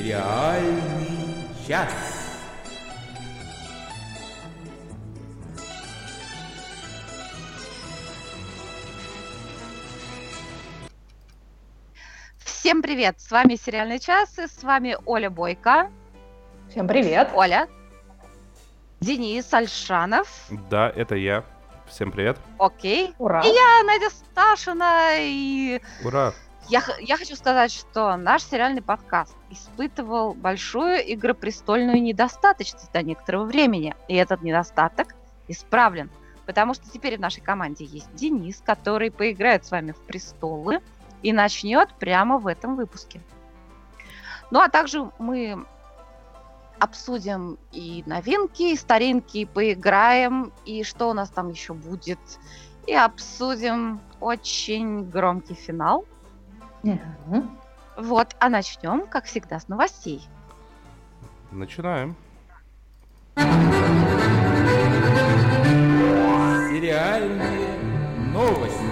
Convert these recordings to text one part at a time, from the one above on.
Сериальный час. Всем привет! С вами «Сериальный час» и с вами Оля Бойко. Всем привет! Оля. Денис Альшанов. Да, это я. Всем привет. Окей. Ура! И я, Надя Сташина. И Ура! я хочу сказать, что наш сериальный подкаст испытывал большую игропрестольную недостаточность до некоторого времени. И этот недостаток исправлен. Потому что теперь в нашей команде есть Денис, который поиграет с вами в «Престолы» и начнет прямо в этом выпуске. Ну, а также мы обсудим и новинки, и старинки, и поиграем, и что у нас там еще будет. И обсудим очень громкий финал. Вот, а начнем, как всегда, с новостей. Начинаем. Сериальные новости.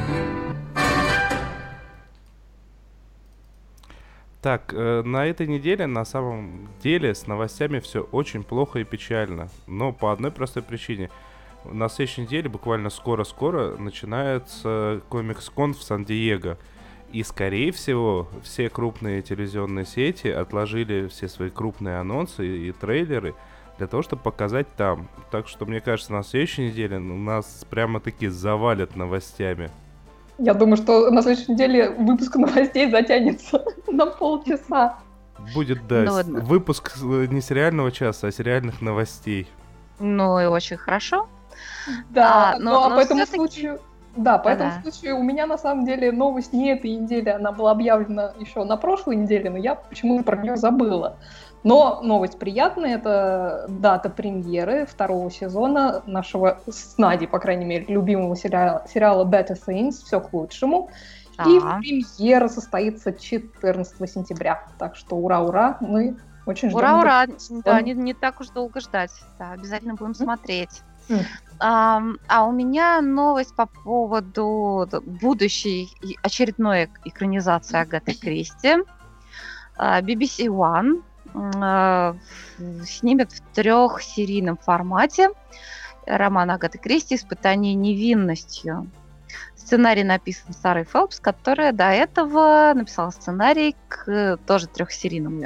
Так, на этой неделе на самом деле с новостями все очень плохо и печально. Но по одной простой причине. На следующей неделе, буквально скоро-скоро, начинается Комикс-кон в Сан-Диего. И, скорее всего, все крупные телевизионные сети отложили все свои крупные анонсы и трейлеры для того, чтобы показать там. Так что, мне кажется, на следующей неделе нас прямо-таки завалят новостями. Я думаю, что на следующей неделе выпуск новостей затянется на полчаса. Будет, да, выпуск не сериального часа, а сериальных новостей. Ну и очень хорошо. Да, но по этому всё-таки... случаю... Да, по этому случаю у меня на самом деле новость не этой недели, она была объявлена еще на прошлой неделе, но я почему-то про нее забыла. Но новость приятная, это дата премьеры второго сезона нашего с Надей, по крайней мере, любимого сериала Better Things, «Все к лучшему». И премьера состоится 14 сентября. Так что ура-ура, мы очень ждем. Ура-ура! Да, не так уж долго ждать. Да, обязательно будем смотреть. А у меня новость по поводу будущей очередной экранизации Агаты Кристи. BBC One снимет в 3-серийном формате роман Агаты Кристи «Испытание невинностью». Сценарий написан Сарой Фелпс, которая до этого написала сценарий к тоже 3-серийному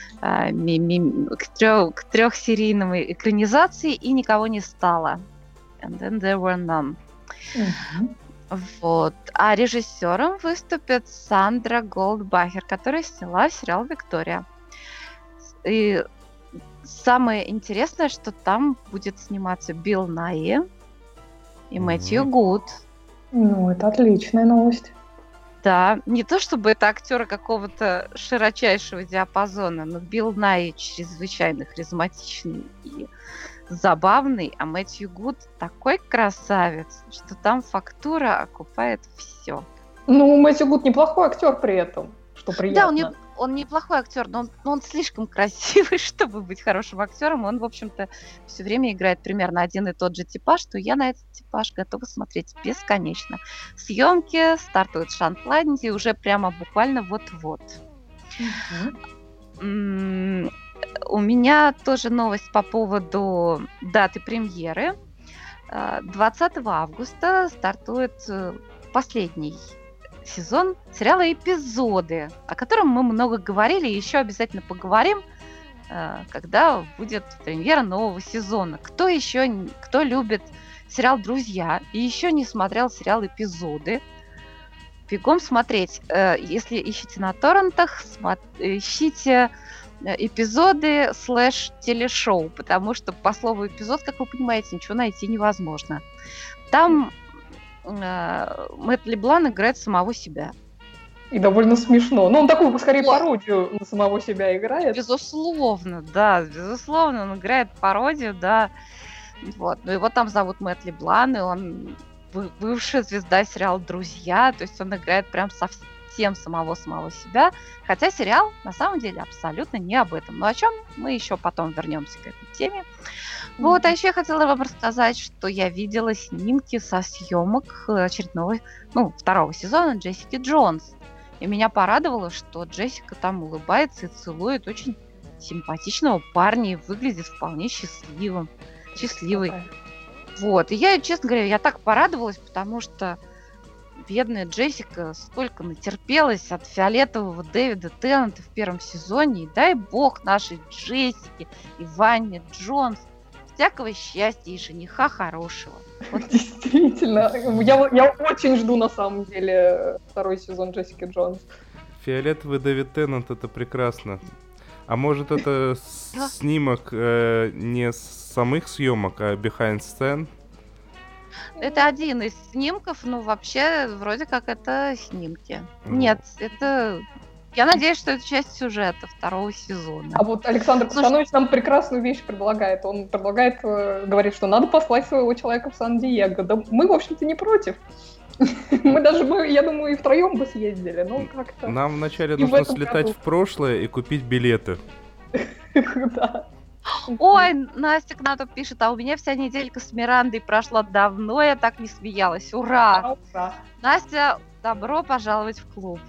к 3-серийному экранизации, и никого не стало. And then there were none. Вот. А режиссером выступит Сандра Голдбахер, которая сняла сериал «Виктория». И самое интересное, что там будет сниматься Билл Найи и Мэтью Гуд. Ну, это отличная новость. Да, не то чтобы это актеры какого-то широчайшего диапазона, но Билл Найи чрезвычайно харизматичный и забавный, а Мэтью Гуд такой красавец, что там фактура окупает все. Ну, Мэтью Гуд неплохой актер при этом, что приятно. Да, он неплохой актер, но он слишком красивый, чтобы быть хорошим актером. Он, в общем-то, все время играет примерно один и тот же типаж, что я на этот типаж готова смотреть бесконечно. Съемки стартуют в Шотландии уже прямо буквально вот-вот. У меня тоже новость по поводу даты премьеры. 20 августа стартует последний сезон сериала «Эпизоды», о котором мы много говорили и еще обязательно поговорим, когда будет премьера нового сезона. Кто любит сериал «Друзья» и еще не смотрел сериал «Эпизоды», бегом смотреть. Если ищете на торрентах, ищите «Эпизоды» /телешоу, потому что по слову «эпизод», как вы понимаете, ничего найти невозможно. Там Мэтт Леблан играет самого себя. И довольно смешно. Но он такую, скорее, пародию на самого себя играет. Безусловно, да. Безусловно, он играет пародию, да. Вот. Но его там зовут Мэтт Леблан, и он бывшая звезда сериала «Друзья». То есть он играет прям совсем самого себя. Хотя сериал, на самом деле, абсолютно не об этом. Но о чем мы еще потом вернемся к этой теме. Вот, а еще я хотела вам рассказать, что я видела снимки со съемок очередного, второго сезона Джессики Джонс. И меня порадовало, что Джессика там улыбается и целует очень симпатичного парня и выглядит вполне счастливой. Вот. И я, честно говоря, я так порадовалась, потому что бедная Джессика столько натерпелась от фиолетового Дэвида Теннанта в первом сезоне. И дай бог нашей Джессике и Ванне Джонс всякого счастья и жениха хорошего. Вот. Действительно. Я очень жду, на самом деле, второй сезон Джессики Джонс. Фиолетовый Дэвид Теннант — это прекрасно. А может, это снимок не с самых съемок, а behind scene? Это один из снимков, но вообще вроде как это снимки. Нет, это... Я надеюсь, что это часть сюжета второго сезона. А вот Александр Кустанович нам прекрасную вещь предлагает. Он предлагает, говорит, что надо послать своего человека в Сан-Диего. Да мы, в общем-то, не против. Мы даже, я думаю, и втроем бы съездили, но как-то... Нам вначале нужно слетать в прошлое и купить билеты. Да. Ой, Настя к нам тут пишет, а у меня вся неделька с Мирандой прошла давно, я так не смеялась. Ура! Настя, добро пожаловать в клуб.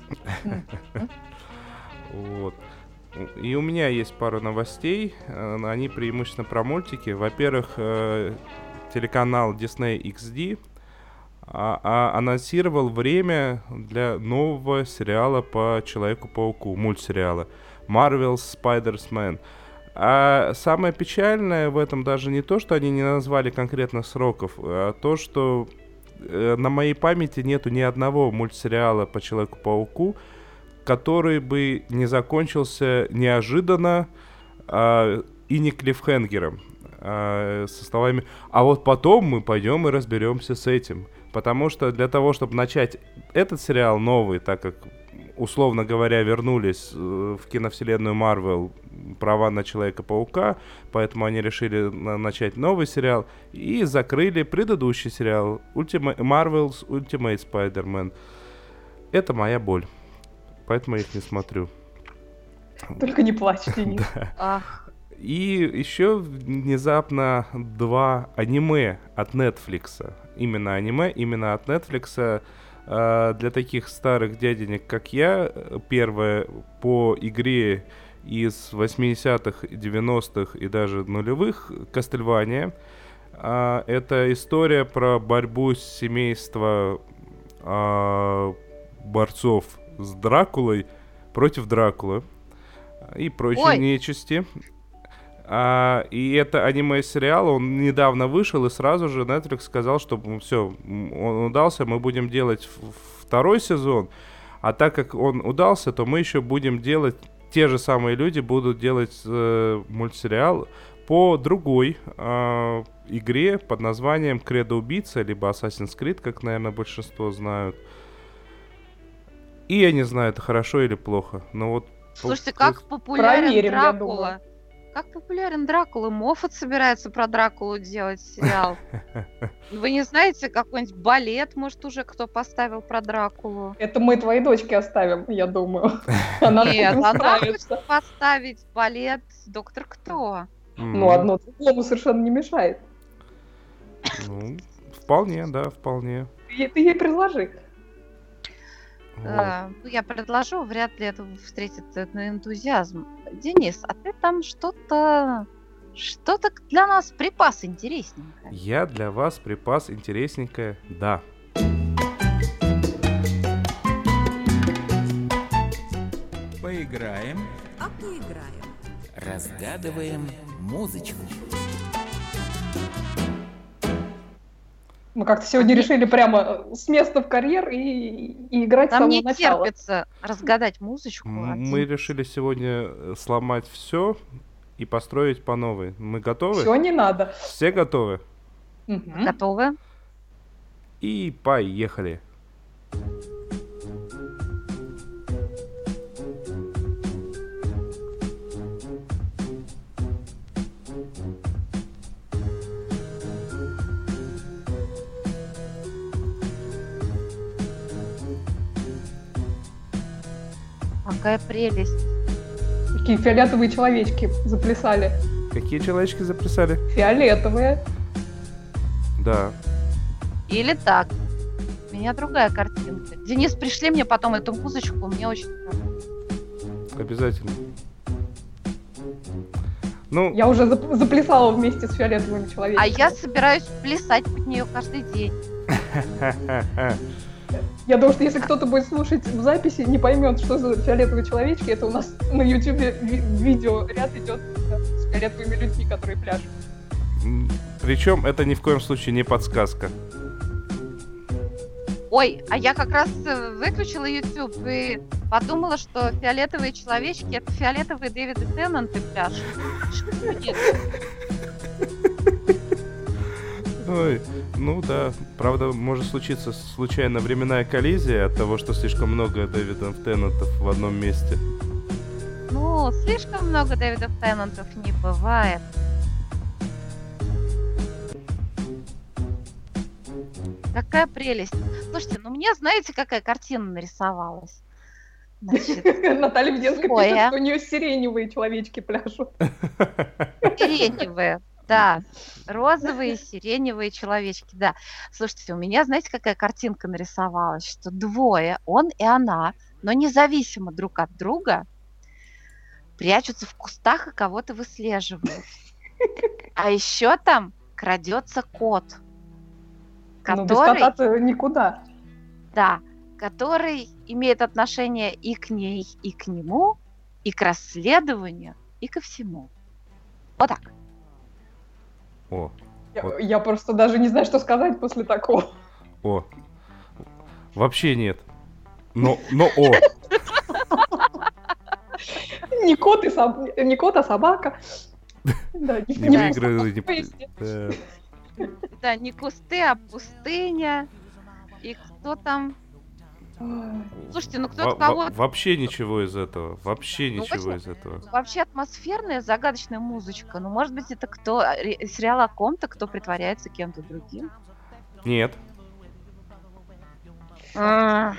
Вот. И у меня есть пару новостей. Они преимущественно про мультики. Во-первых, телеканал Disney XD анонсировал время для нового сериала по Человеку-пауку, мультсериала Marvel's Spider-Man. А самое печальное в этом даже не то, что они не назвали конкретно сроков, а то, что на моей памяти нету ни одного мультсериала по Человеку-пауку, который бы не закончился неожиданно и не клиффхенгером, со словами «а вот потом мы пойдем и разберемся с этим». Потому что для того, чтобы начать этот сериал новый, так как, условно говоря, вернулись в киновселенную Marvel права на Человека-паука, поэтому они решили начать новый сериал и закрыли предыдущий сериал Marvel's Ultimate Spider-Man. Это моя боль, поэтому я их не смотрю. Только не плачь, Денис. И еще внезапно 2 аниме от Netflix. Именно аниме, именно от Netflix. Для таких старых дяденек, как я, первое по игре из 80-х, 90-х и даже нулевых Castlevania. Это история про борьбу семейства борцов с Дракулой против Дракулы и прочей нечисти. И это аниме-сериал, он недавно вышел, и сразу же Netflix сказал, что все, он удался, мы будем делать второй сезон, а так как он удался, то мы еще будем делать, те же самые люди будут делать мультсериал по другой игре под названием Кредо Убийца, либо Assassin's Creed, как, наверное, большинство знают. И я не знаю, это хорошо или плохо, но вот... Слушайте, как популярен Дракула. Как популярен Дракула? Моффат собирается про Дракулу делать сериал. Вы не знаете, какой-нибудь балет, может, уже кто поставил про Дракулу? Это мы твоей дочке оставим, я думаю. Нет, она хочет поставить балет «Доктор Кто». Ну, одно другому совершенно не мешает. Ну, вполне, да, вполне. Ты ей предложи. Я предложу, вряд ли это встретит энтузиазм. Денис, а ты там что-то для нас припас интересненькое. Я для вас припас интересненькое, да. Поиграем. А поиграем. Разгадываем музычку. Мы как-то сегодня решили прямо с места в карьер и играть с самого начала. Нам не терпится разгадать музычку. Мы решили сегодня сломать все и построить по новой. Мы готовы? Все не надо. Все готовы? Готовы. И поехали. Какая прелесть. Такие фиолетовые человечки заплясали. Какие человечки заплясали? Фиолетовые. Да. Или так. меня другая картинка. Денис, пришли мне потом эту музычку, мне очень нравится. Обязательно. Ну, Я уже заплясала вместе с фиолетовыми человечками. А я собираюсь плясать под нее каждый день. Я думаю, что если кто-то будет слушать в записи, не поймет, что за фиолетовые человечки, это у нас на ютубе видео ряд идет с фиолетовыми людьми, которые пляшут. Причем это ни в коем случае не подсказка. Ой, а я как раз выключила YouTube и подумала, что фиолетовые человечки — это фиолетовые Дэвида Теннанты пляшут. Нет. Ой, ну да, правда, может случиться случайно временная коллизия от того, что слишком много Дэвидов Теннантов в одном месте. Ну, слишком много Дэвидов Теннантов не бывает. Какая прелесть. Слушайте, ну мне, знаете, какая картина нарисовалась? Значит, Наталья Веденская Ой, пишет, что у нее сиреневые человечки пляшут. сиреневые, да. Розовые, сиреневые человечки, да. Слушайте, у меня, знаете, какая картинка нарисовалась? Что двое, он и она, но независимо друг от друга, прячутся в кустах и кого-то выслеживают. А еще там крадется кот, Ну, без который, кота-то никуда. да, который имеет отношение и к ней, и к нему, и к расследованию, и ко всему. Вот так. О, Я просто даже не знаю, что сказать после такого. о. Вообще нет. Но о. Не кот, не кот, а собака. Да, Не не выиграли, не... вместе. Да. Да, не кусты, а пустыня. И кто там? Слушайте, ну кто-то кого-то... Вообще ничего из этого. Вообще Ну, ничего очень- из этого. Вообще атмосферная, загадочная музычка. Ну, может быть, это кто... Сериал о ком-то, кто притворяется кем-то другим? Нет. Так,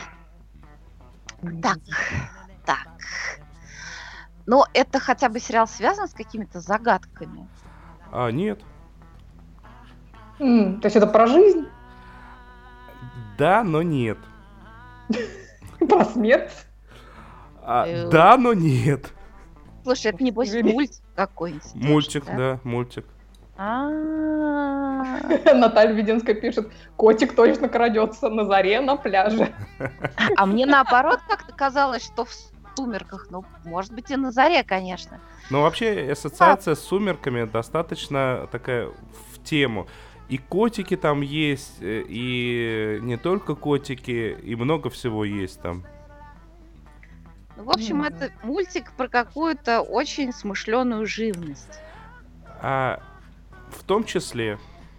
так. Ну, это хотя бы сериал связан с какими-то загадками? А, нет. То есть это про жизнь, Да, но нет. про смерть. Да, но нет. Слушай, это небось Говори. мультик какой-нибудь. Мультик, тоже, да, мультик. А Наталья Веденская пишет, котик точно крадется на заре на пляже. А мне наоборот как-то казалось, что в сумерках, ну, может быть, и на заре, конечно. Но вообще ассоциация с «Сумерками» достаточно такая в тему. И котики там есть, и не только котики, и много всего есть там. Ну, в общем, это мультик про какую-то очень смышленую живность. А в том числе...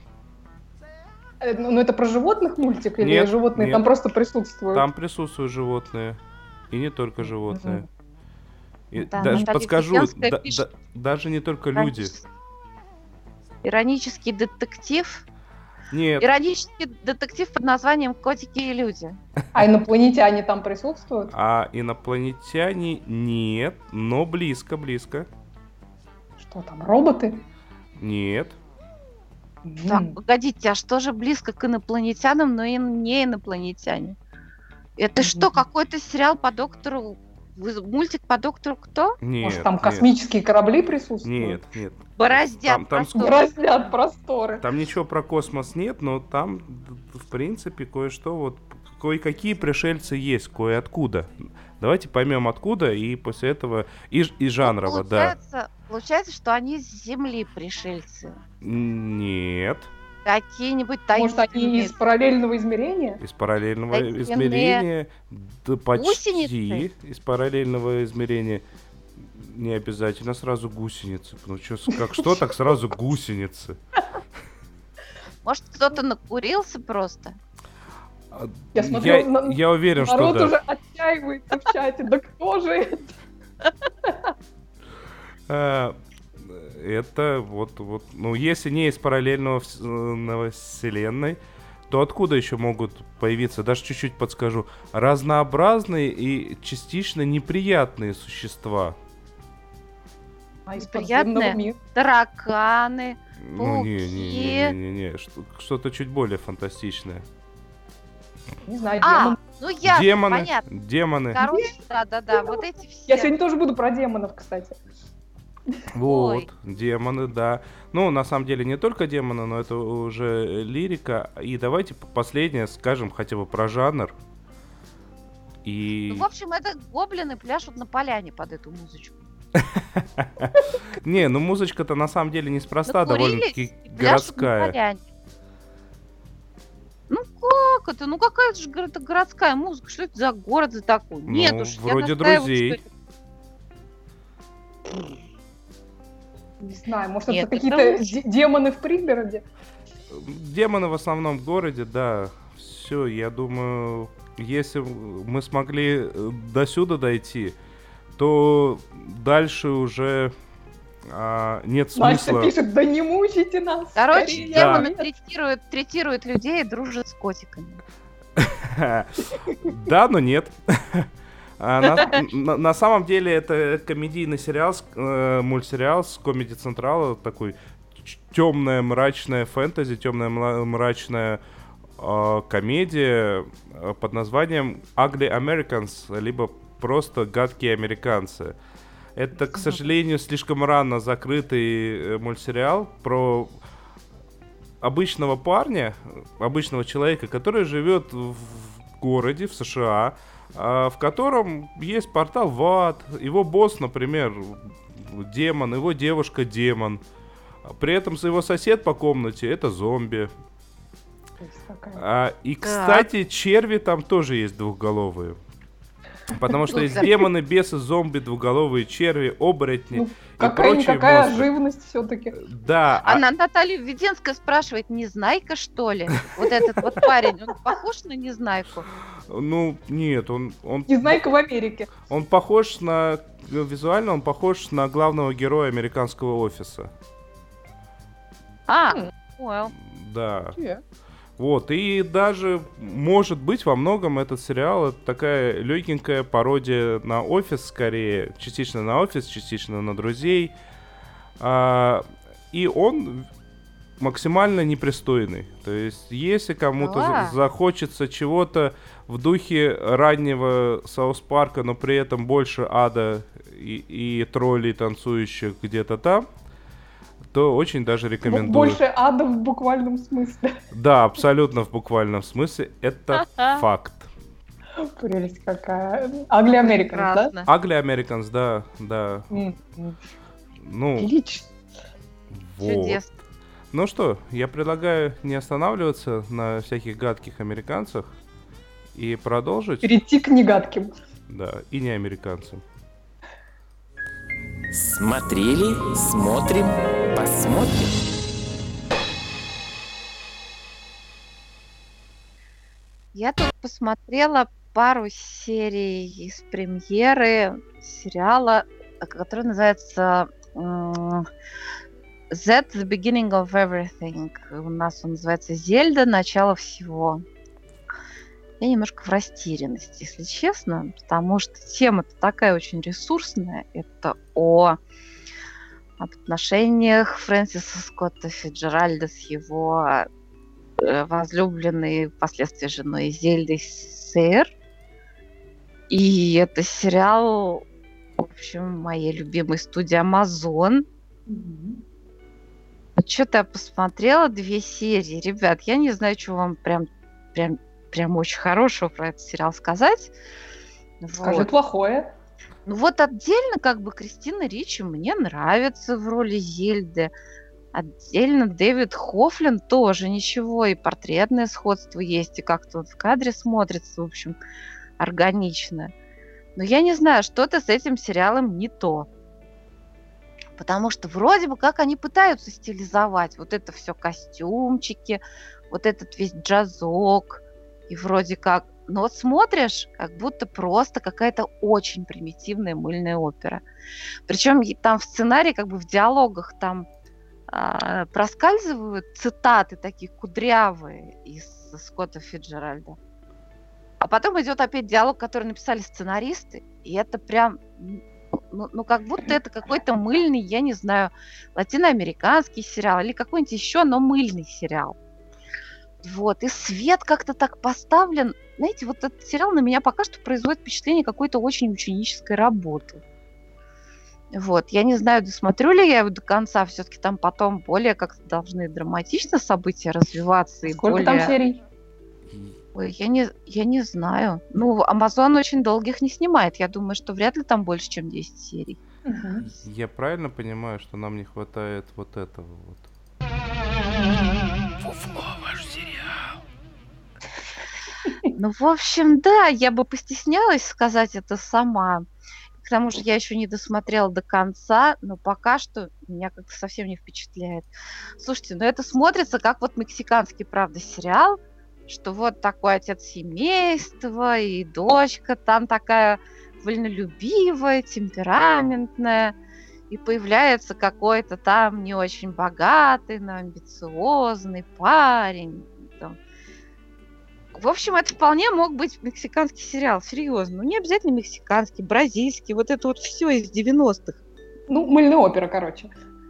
Ну это про животных мультик или Нет, животные нет. там просто присутствуют? Там присутствуют животные. И не только животные. И Да, даже Наталья подскажу, Веденская пишет. даже не только люди. Иронический детектив. Нет, Иронический детектив под названием «Котики и люди». А инопланетяне там присутствуют? а инопланетяне нет, но близко. Что там, роботы? Нет. Так, погодите, а что же близко к инопланетянам, но и не инопланетяне? Это что, какой-то сериал по доктору... Мультик по доктору кто? Нет, Может, там нет, космические корабли присутствуют? Нет. Бороздят Там просторы. Бороздят просторы. Там ничего про космос нет, но там, в принципе, кое-что вот... Кое-какие пришельцы есть, кое-откуда. Давайте поймем откуда, и после этого... И жанрово, да. Получается, что они с Земли пришельцы. Нет. Какие-нибудь Может, они таинственные... из параллельного измерения? Из параллельного Таинственные измерения. Да почти. гусеницы? Из параллельного измерения. Не обязательно сразу гусеницы. Ну что так сразу гусеницы? Может, кто-то накурился просто? Я смотрю, Я уверен, что народ да. уже отчаивается в чате. Да кто же это? Это вот, ну, если не из параллельного вселенной, то откуда еще могут появиться, даже чуть-чуть подскажу, разнообразные и частично неприятные существа? А из Неприятные? подземного мира. Тараканы, Ну, пауки. не, что-то чуть более фантастичное. Не знаю, демон. Ну ясно, Демоны, понятно. демоны. Короче, да, вот эти все. Я сегодня тоже буду про демонов, кстати. Вот, Ой. демоны, да. Ну, на самом деле, не только демоны, но это уже лирика. И давайте последнее скажем хотя бы про жанр. И... Ну, в общем, это гоблины пляшут на поляне под эту музычку. Не, ну музычка-то на самом деле неспроста, довольно-таки Накурились и пляшут на городская. поляне. Ну как это? Ну какая же это городская музыка? Что это за город за такой? Нет уж, я вроде настаиваю, друзей. что это- Не знаю, может, Нет, это это какие-то лучше. демоны в пригороде? Демоны в основном в городе, да. Все, я думаю, если мы смогли до сюда дойти, то дальше уже нет Настя смысла. пишет, да не мучайте нас. Короче, скорее». Да. демоны третируют людей и дружат с котиками. Да, но нет. На самом деле это комедийный сериал, мультсериал с Comedy Central, такой темная мрачная фэнтези, темная мрачная комедия под названием Ugly Americans, либо просто гадкие американцы. Это, к сожалению, слишком рано закрытый мультсериал про обычного парня, обычного человека, который живет в городе, в США, в котором есть портал в ад. Его босс, например, демон, его девушка демон. При этом его сосед по комнате это зомби. И, кстати, черви там тоже есть двухголовые. Потому что есть демоны, бесы, зомби, двухголовые черви, оборотни и прочие Какая монстры. живность все-таки. Да. Наталья Введенская спрашивает, Незнайка, что ли? Вот этот вот парень, он похож на Незнайку? Ну, нет, он Незнайка в Америке. он похож на... Визуально он похож на главного героя американского офиса. Понял. Да. Вот, и даже, может быть, во многом этот сериал это такая легенькая пародия на офис, скорее. Частично на офис, частично на друзей. И он максимально непристойный. То есть, если кому-то захочется чего-то в духе раннего Саус Парка, но при этом больше ада и троллей, танцующих где-то там, то очень даже рекомендую. Больше ада в буквальном смысле. Да, абсолютно в буквальном смысле. Это факт. Прелесть какая. Ugly Americans, да? Ugly Americans, да. Ну, Отлично. вот. Чудесно. Ну что, я предлагаю не останавливаться на всяких гадких американцах и продолжить. Перейти к негадким. Да, и не американцам. Смотрели, смотрим, посмотрим. Я тут посмотрела пару серий из премьеры сериала, который называется Z, The Beginning of Everything. У нас он называется Зельда, начало всего. Я немножко в растерянности, если честно, потому что тема-то такая очень ресурсная. Это об отношениях Фрэнсиса Скотта Фицджеральда с его возлюбленной, впоследствии женой Зельдой Сейр. И это сериал, в общем, моей любимой студии Amazon. Вот что-то я посмотрела 2 серии. Ребят, я не знаю, что вам прям очень хорошего про этот сериал сказать. Скажи Вот. плохое. Ну вот отдельно как бы Кристина Ричи мне нравится в роли Зельды. Отдельно Дэвид Хоффлин тоже ничего. И портретное сходство есть, и как-то он в кадре смотрится, в общем, органично. Но я не знаю, что-то с этим сериалом не то. Потому что вроде бы как они пытаются стилизовать вот это все костюмчики, вот этот весь джазок. И вроде как... Но вот смотришь, как будто просто какая-то очень примитивная мыльная опера. Причем там в сценарии, как бы в диалогах там проскальзывают цитаты такие кудрявые из Скотта Фицджеральда. А потом идет опять диалог, который написали сценаристы. И это прям... Ну, как будто это какой-то мыльный, я не знаю, латиноамериканский сериал или какой-нибудь еще, но мыльный сериал. Вот, и свет как-то так поставлен, знаете, вот этот сериал на меня пока что производит впечатление какой-то очень ученической работы. Вот, я не знаю, досмотрю ли я его до конца, все-таки там потом более как-то должны драматично события развиваться. И Сколько более... там серий? Ой, я не знаю. Ну, Amazon очень долгих не снимает. Я думаю, что вряд ли там больше, чем 10 серий. Угу. Я правильно понимаю, что нам не хватает вот этого вот? Фуфло, ваш сериал. Ну, в общем, да, я бы постеснялась сказать это сама. К тому же я еще не досмотрела до конца, но пока что меня как-то совсем не впечатляет. Слушайте, ну это смотрится как вот мексиканский, правда, сериал, что вот такой отец семейства и дочка там такая вольнолюбивая, темпераментная, и появляется какой-то там не очень богатый, но амбициозный парень. Там. В общем, это вполне мог быть мексиканский сериал, серьезно. Ну, не обязательно мексиканский, бразильский, вот это вот все из 90-х. Ну, мыльная опера, короче.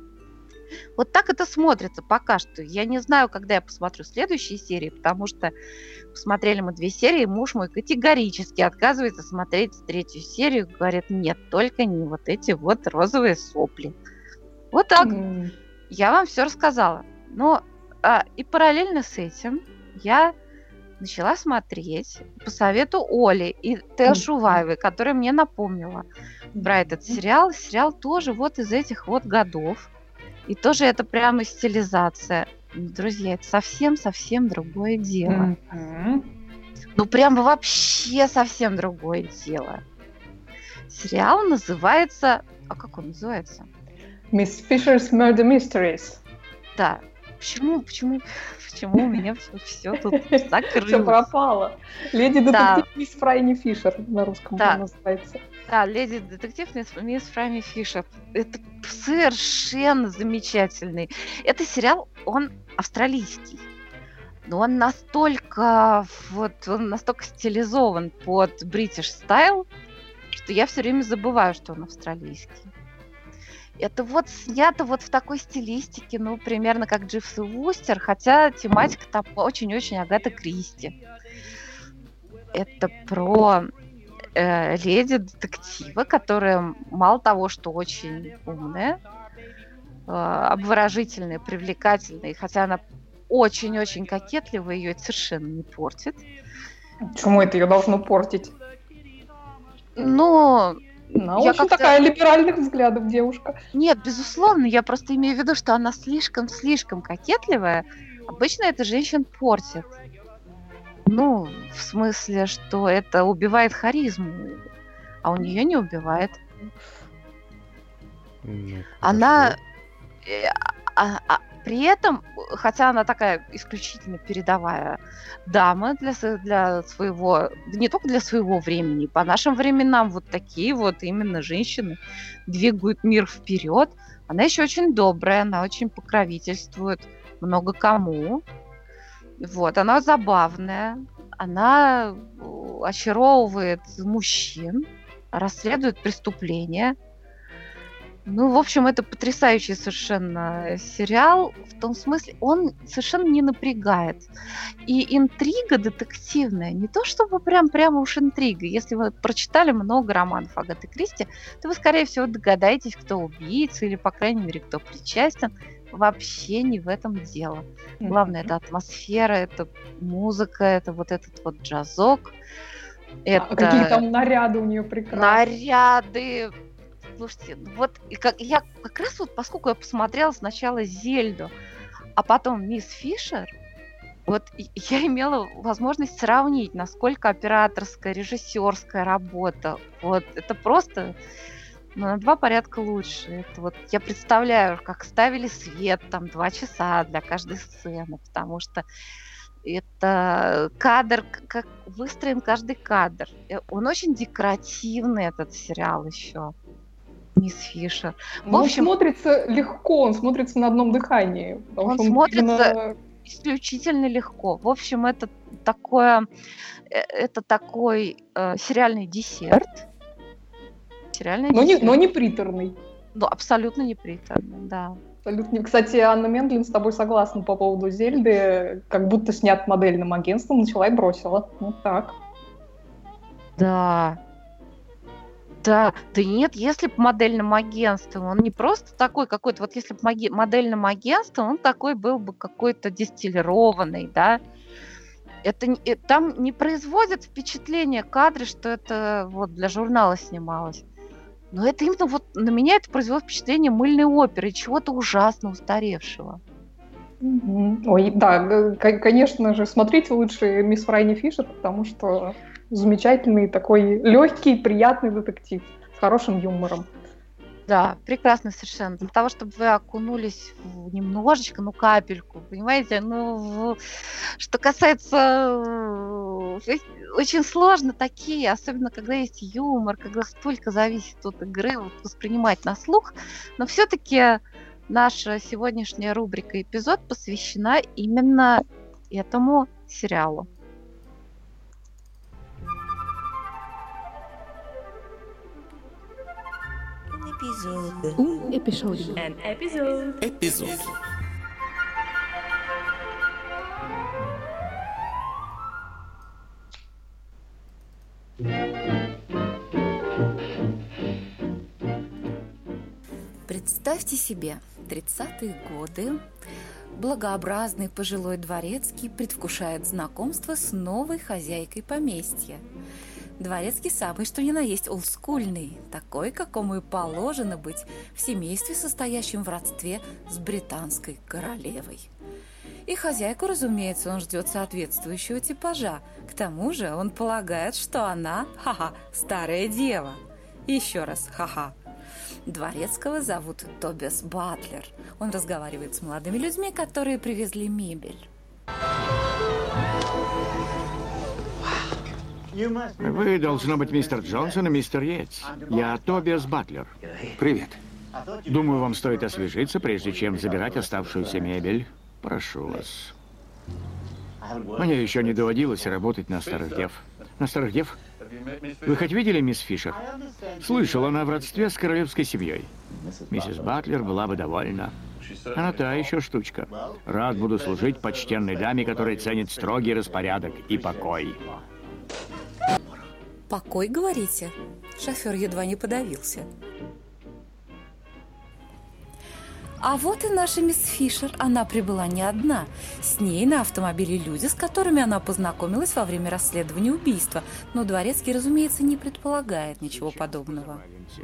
Вот так это смотрится пока что. Я не знаю, когда я посмотрю следующие серии, потому что посмотрели мы 2 серии, муж мой категорически отказывается смотреть 3-ю серию, говорит, нет, только не вот эти вот розовые сопли. Вот так. Я вам все рассказала. Но и параллельно с этим я начала смотреть по совету Оли и Тэл Шуваевой, которая мне напомнила про этот сериал. Сериал тоже вот из этих вот годов. И тоже это прямо стилизация. Друзья, это совсем-совсем другое дело. Ну, прям вообще совсем другое дело. Сериал называется... А как он называется? Miss Fisher's Murder Mysteries. Да. Почему у меня все тут закрылось? Все пропало. Леди-детектив Мисс Фрайни Фишер на русском называется. Да, леди-детектив Мисс Фрайни Фишер. Это совершенно замечательный. Это сериал, он австралийский. Но он настолько стилизован под British style, что я все время забываю, что он австралийский. Это вот снято вот в такой стилистике, ну, примерно как Дживс и Вустер, хотя тематика там очень-очень Агата Кристи. Это про леди-детектива, которая мало того, что очень умная, обворожительная, привлекательная, и хотя она очень-очень кокетливая, ее это совершенно не портит. Почему это ее должно портить? Ну... Она очень такая либеральных взглядов девушка. Нет, безусловно, я просто имею в виду, что она слишком кокетливая. Обычно это женщин портит. Ну, в смысле, что это убивает харизму, а у нее не убивает. Она... При этом, хотя она такая исключительно передовая дама для своего, не только для своего времени, по нашим временам вот такие вот именно женщины двигают мир вперед. Она еще очень добрая, она очень покровительствует много кому. Вот, она забавная, она очаровывает мужчин, расследует преступления. Ну, в общем, это потрясающий совершенно сериал. В том смысле, он совершенно не напрягает. И интрига детективная. Не то чтобы прямо уж интрига. Если вы прочитали много романов Агаты Кристи, то вы, скорее всего, догадаетесь, кто убийца или, по крайней мере, кто причастен. Вообще не в этом дело. Главное, это атмосфера, это музыка, это вот этот вот джазок. Это... Какие там наряды у нее прекрасные. Наряды... Слушайте, вот я как раз вот, поскольку я посмотрела сначала Зельду, а потом Мисс Фишер, вот я имела возможность сравнить, насколько операторская, режиссерская работа, вот это просто на 2 порядка лучше. Это вот я представляю, как ставили свет там 2 часа для каждой сцены, потому что это кадр, как выстроен каждый кадр. Он очень декоративный, этот сериал еще. Мисс Фишер. В общем, он смотрится легко, он смотрится на одном дыхании. Он смотрится исключительно легко. В общем, это такой сериальный десерт. Но не приторный. Ну, абсолютно не приторный, да. Абсолютно. Кстати, Анна Мендлин с тобой согласна по поводу Зельды. Как будто снят модельным агентством, начала и бросила. Вот так. Да. Да, да нет, если бы модельным агентством, он не просто такой какой-то, вот если бы модельным агентством, он такой был бы какой-то дистиллированный, да. Там не производит впечатление кадры, что это вот для журнала снималось. Но это именно вот на меня это произвело впечатление мыльной оперы, чего-то ужасно устаревшего. Ой, да, конечно же, смотрите лучше «Мисс Фрайни Фишер», потому что замечательный такой легкий, приятный детектив с хорошим юмором. Да, прекрасно совершенно. Для того, чтобы вы окунулись немножечко, капельку, понимаете? Что касается... Очень сложно такие, особенно когда есть юмор, когда столько зависит от игры, воспринимать на слух. Но все-таки наша сегодняшняя рубрика «Эпизод» посвящена именно этому сериалу. Эпизод. Представьте себе, 30-е годы, благообразный пожилой дворецкий предвкушает знакомство с новой хозяйкой поместья. Дворецкий самый что ни на есть олдскульный, такой, какому и положено быть в семействе, состоящем в родстве с британской королевой. И хозяйку, разумеется, он ждет соответствующего типажа. К тому же он полагает, что она, старая дева. Еще раз, Дворецкого зовут Тобиас Батлер. Он разговаривает с молодыми людьми, которые привезли мебель. Вы, должно быть, мистер Джонсон и мистер Йейтс. Я Тобиас Батлер. Привет. Думаю, вам стоит освежиться, прежде чем забирать оставшуюся мебель. Прошу вас. Мне еще не доводилось работать на старых дев. На старых дев? Вы хоть видели мисс Фишер? Слышал, она в родстве с королевской семьей. Миссис Батлер была бы довольна. Она та еще штучка. Рад буду служить почтенной даме, которая ценит строгий распорядок и покой. Покой, говорите? Шофер едва не подавился. А вот и наша мисс Фишер. Она прибыла не одна. С ней на автомобиле люди, с которыми она познакомилась во время расследования убийства. Но дворецкий, разумеется, не предполагает ничего подобного.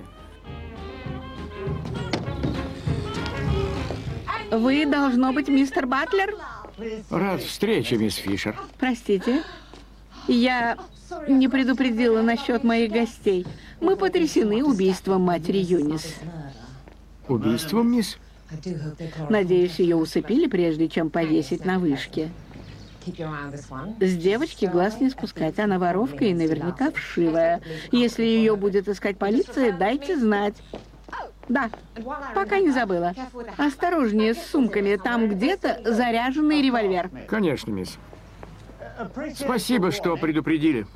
Вы, должно быть, мистер Батлер? Рад встрече, мисс Фишер. Простите, я не предупредила насчет моих гостей. Мы потрясены убийством матери Юнис. Убийством, мисс? Надеюсь, ее усыпили, прежде чем повесить на вышке. С девочки глаз не спускать, она воровка и наверняка вшивая. Если ее будет искать полиция, дайте знать. Да, пока не забыла. Осторожнее с сумками, там где-то заряженный револьвер. Конечно, мисс. Спасибо, что предупредили.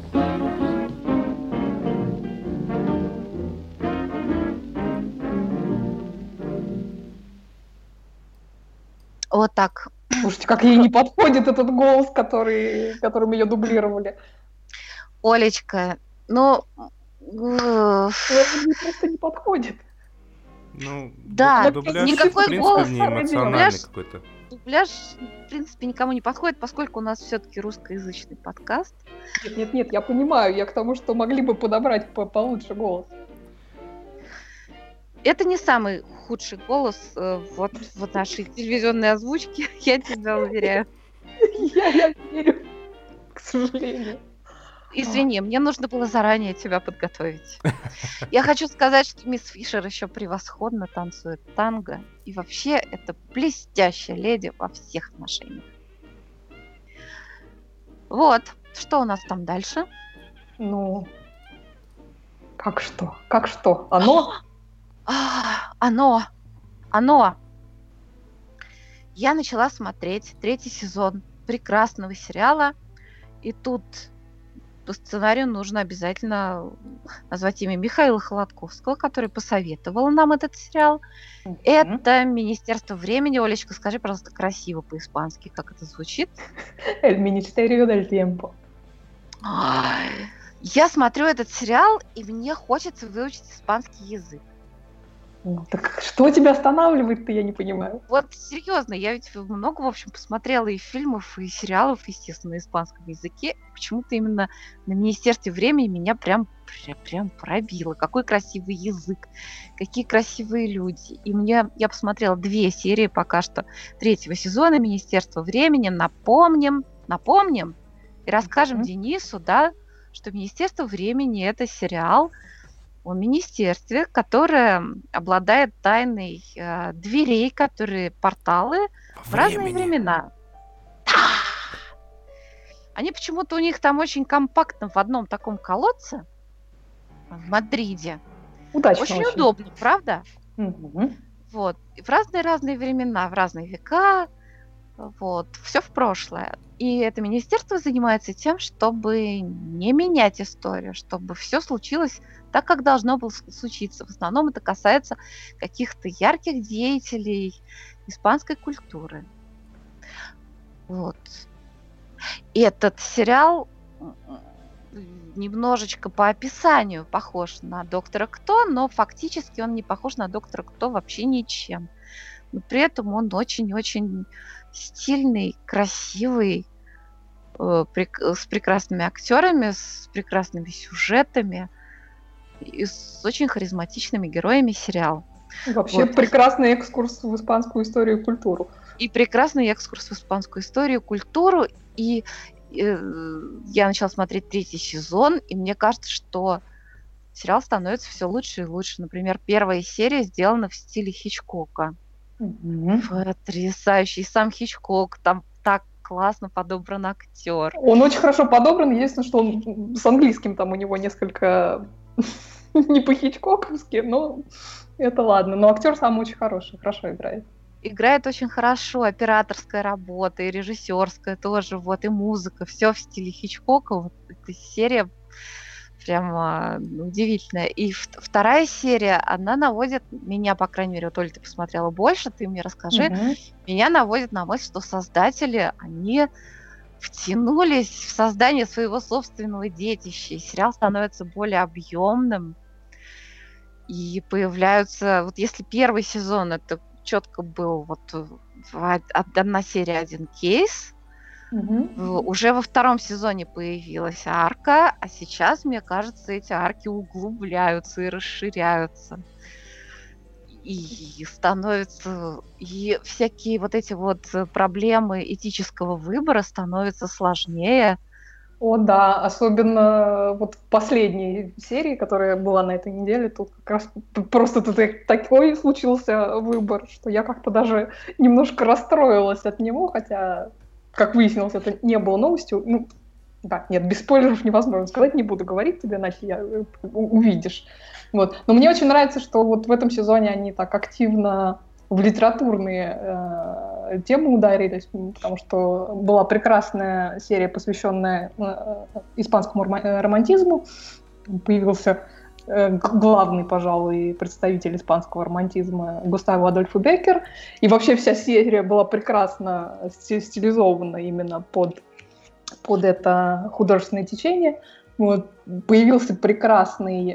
Вот так. Слушайте, как ей не подходит этот голос, которым ее дублировали. Олечка, Ей просто не подходит. Да, дубляж, никакой в принципе, голос не эмоциональный какой-то. Дубляж, в принципе, никому не подходит, поскольку у нас все-таки русскоязычный подкаст. Нет, я понимаю, я к тому, что могли бы подобрать получше голос. Это не самый худший голос вот в нашей телевизионной озвучке, я тебя уверяю. Я верю, к сожалению. Извини, мне нужно было заранее тебя подготовить. Я хочу сказать, что мисс Фишер еще превосходно танцует танго. И вообще, это блестящая леди во всех отношениях. Вот, что у нас там дальше? Ну, как что? Как что? Оно? Оно. Я начала смотреть 3-й сезон прекрасного сериала, и тут по сценарию нужно обязательно назвать имя Михаила Холодковского, который посоветовал нам этот сериал. Это «Министерство времени». Олечка, скажи, пожалуйста, красиво по-испански, как это звучит. El Ministerio del Tiempo. Я смотрю этот сериал, и мне хочется выучить испанский язык. Так что тебя останавливает-то, я не понимаю. Вот серьезно, я ведь много, в общем, посмотрела и фильмов, и сериалов, естественно, на испанском языке. Почему-то именно на Министерстве времени меня прям пробило. Какой красивый язык, какие красивые люди. И я посмотрела 2 серии пока что 3-го сезона Министерства времени. Напомним и расскажем Денису, да, что Министерство времени — это сериал о министерстве, которое обладает тайной дверей, которые порталы в разные времена. Да! Они почему-то у них там очень компактно в одном таком колодце в Мадриде. Удачно очень удобно, правда? Угу. Вот. И в разные времена, в разные века. Вот. Все в прошлое. И это министерство занимается тем, чтобы не менять историю, чтобы все случилось так, как должно было случиться. В основном это касается каких-то ярких деятелей испанской культуры. Вот. И этот сериал немножечко по описанию похож на «Доктора Кто», но фактически он не похож на «Доктора Кто» вообще ничем. Но при этом он очень-очень стильный, красивый, с прекрасными актерами, с прекрасными сюжетами и с очень харизматичными героями сериал. Вообще вот. Прекрасный экскурс в испанскую историю и культуру. И прекрасный экскурс в испанскую историю и культуру. И я начала смотреть 3-й сезон, и мне кажется, что сериал становится все лучше и лучше. Например, 1-я серия сделана в стиле Хичкока. Потрясающий. Сам Хичкок, там так классно подобран актер. Он очень хорошо подобран, единственное, что он с английским там у него несколько не по-хичкоковски, но это ладно. Но актер сам очень хороший, хорошо играет. Играет очень хорошо, операторская работа, и режиссерская тоже, вот, и музыка, все в стиле Хичкока. Вот эта серия прям удивительная. И 2-я серия, она наводит меня, по крайней мере, вот, Оля, ты посмотрела больше, ты мне расскажи, меня наводит на мысль, что создатели, они втянулись в создание своего собственного детища, и сериал становится более объемным, и появляются, вот если 1-й сезон это четко был вот одна серия, один кейс, уже во 2-м сезоне появилась арка, а сейчас, мне кажется, эти арки углубляются и расширяются. И становятся... И всякие вот эти вот проблемы этического выбора становятся сложнее. О, да, особенно вот в последней серии, которая была на этой неделе, тут как раз просто такой случился выбор, что я как-то даже немножко расстроилась от него, хотя... Как выяснилось, это не было новостью. Ну, да, нет, без спойлеров невозможно сказать, не буду говорить тебе, иначе увидишь. Вот. Но мне очень нравится, что вот в этом сезоне они так активно в литературные темы ударились, потому что была прекрасная серия, посвященная испанскому романтизму. Появился главный, пожалуй, представитель испанского романтизма Густаво Адольфо Беккер. И вообще вся серия была прекрасно стилизована именно под это художественное течение. Вот. Появился прекрасная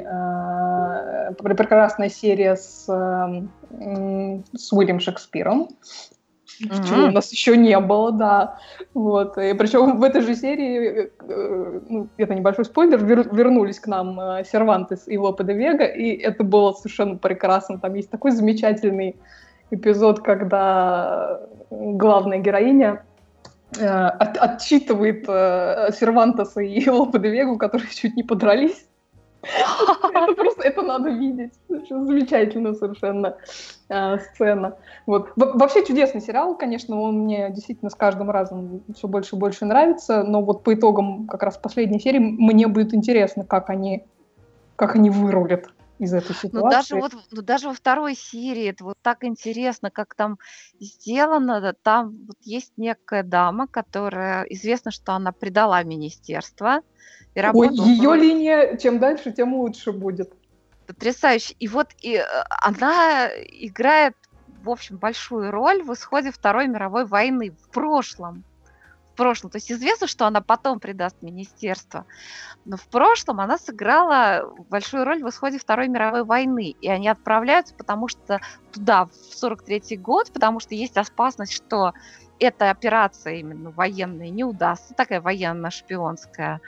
серия с Уильямом Шекспиром, чего у нас еще не было, да. Вот. И причем в этой же серии, это небольшой спойлер, вернулись к нам Сервантес и Лопе де Вега, и это было совершенно прекрасно. Там есть такой замечательный эпизод, когда главная героиня отчитывает Сервантеса и Лопе де Вегу, которые чуть не подрались. Это надо видеть. Замечательная совершенно сцена. Вот. Вообще чудесный сериал, конечно, он мне действительно с каждым разом все больше и больше нравится, но вот по итогам как раз последней серии мне будет интересно, как они вырулят из этой Ну даже ситуации. вот, ну даже во второй серии это вот так интересно, как там сделано. Там вот есть некая дама, которая известно, что она предала министерство и Ой, работала ее линия, чем дальше, тем лучше будет. потрясающе. И вот она играет, в общем, большую роль в исходе Второй мировой войны в прошлом. То есть известно, что она потом предаст министерство, но в прошлом она сыграла большую роль в исходе Второй мировой войны. И они отправляются, потому что туда, в 43-й год, потому что есть опасность, что эта операция именно военная не удастся, такая военно-шпионская.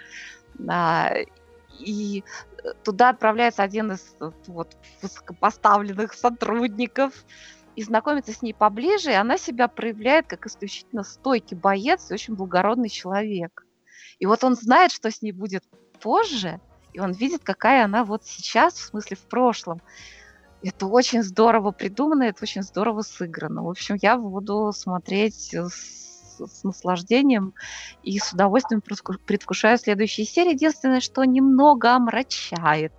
И туда отправляется один из вот, высокопоставленных сотрудников, и знакомится с ней поближе, и она себя проявляет как исключительно стойкий боец и очень благородный человек. И вот он знает, что с ней будет позже, и он видит, какая она вот сейчас, в смысле в прошлом. Это очень здорово придумано, это очень здорово сыграно. В общем, я буду смотреть с наслаждением и с удовольствием предвкушаю следующие серии. Единственное, что немного омрачает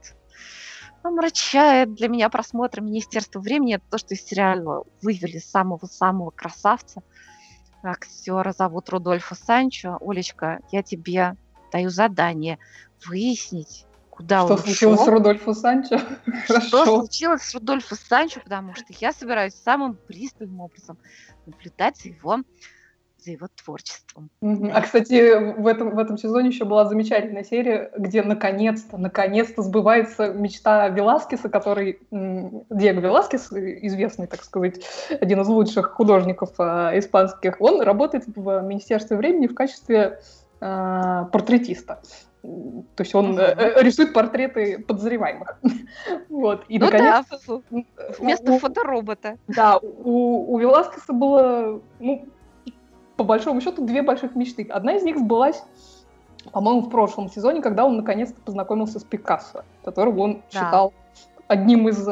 для меня просмотра «Министерства времени», это то, что из сериала вывели самого-самого красавца. Актера зовут Рудольфо Санчо. Олечка, я тебе даю задание выяснить, куда Что он случилось с ушел. Рудольфо Санчо? Что Хорошо. случилось с Рудольфо Санчо, потому что я собираюсь самым пристальным образом наблюдать за его творчеством. А, кстати, в этом сезоне еще была замечательная серия, где наконец-то сбывается мечта Веласкеса, который Диего Веласкес, известный, так сказать, один из лучших художников испанских, он работает в Министерстве времени в качестве портретиста. То есть он рисует портреты подозреваемых. Вот. И Ну наконец-то... да, вместо фоторобота. Да, у Веласкеса было, по большому счету, две больших мечты. Одна из них сбылась, по-моему, в прошлом сезоне, когда он наконец-то познакомился с Пикассо, которого он считал одним из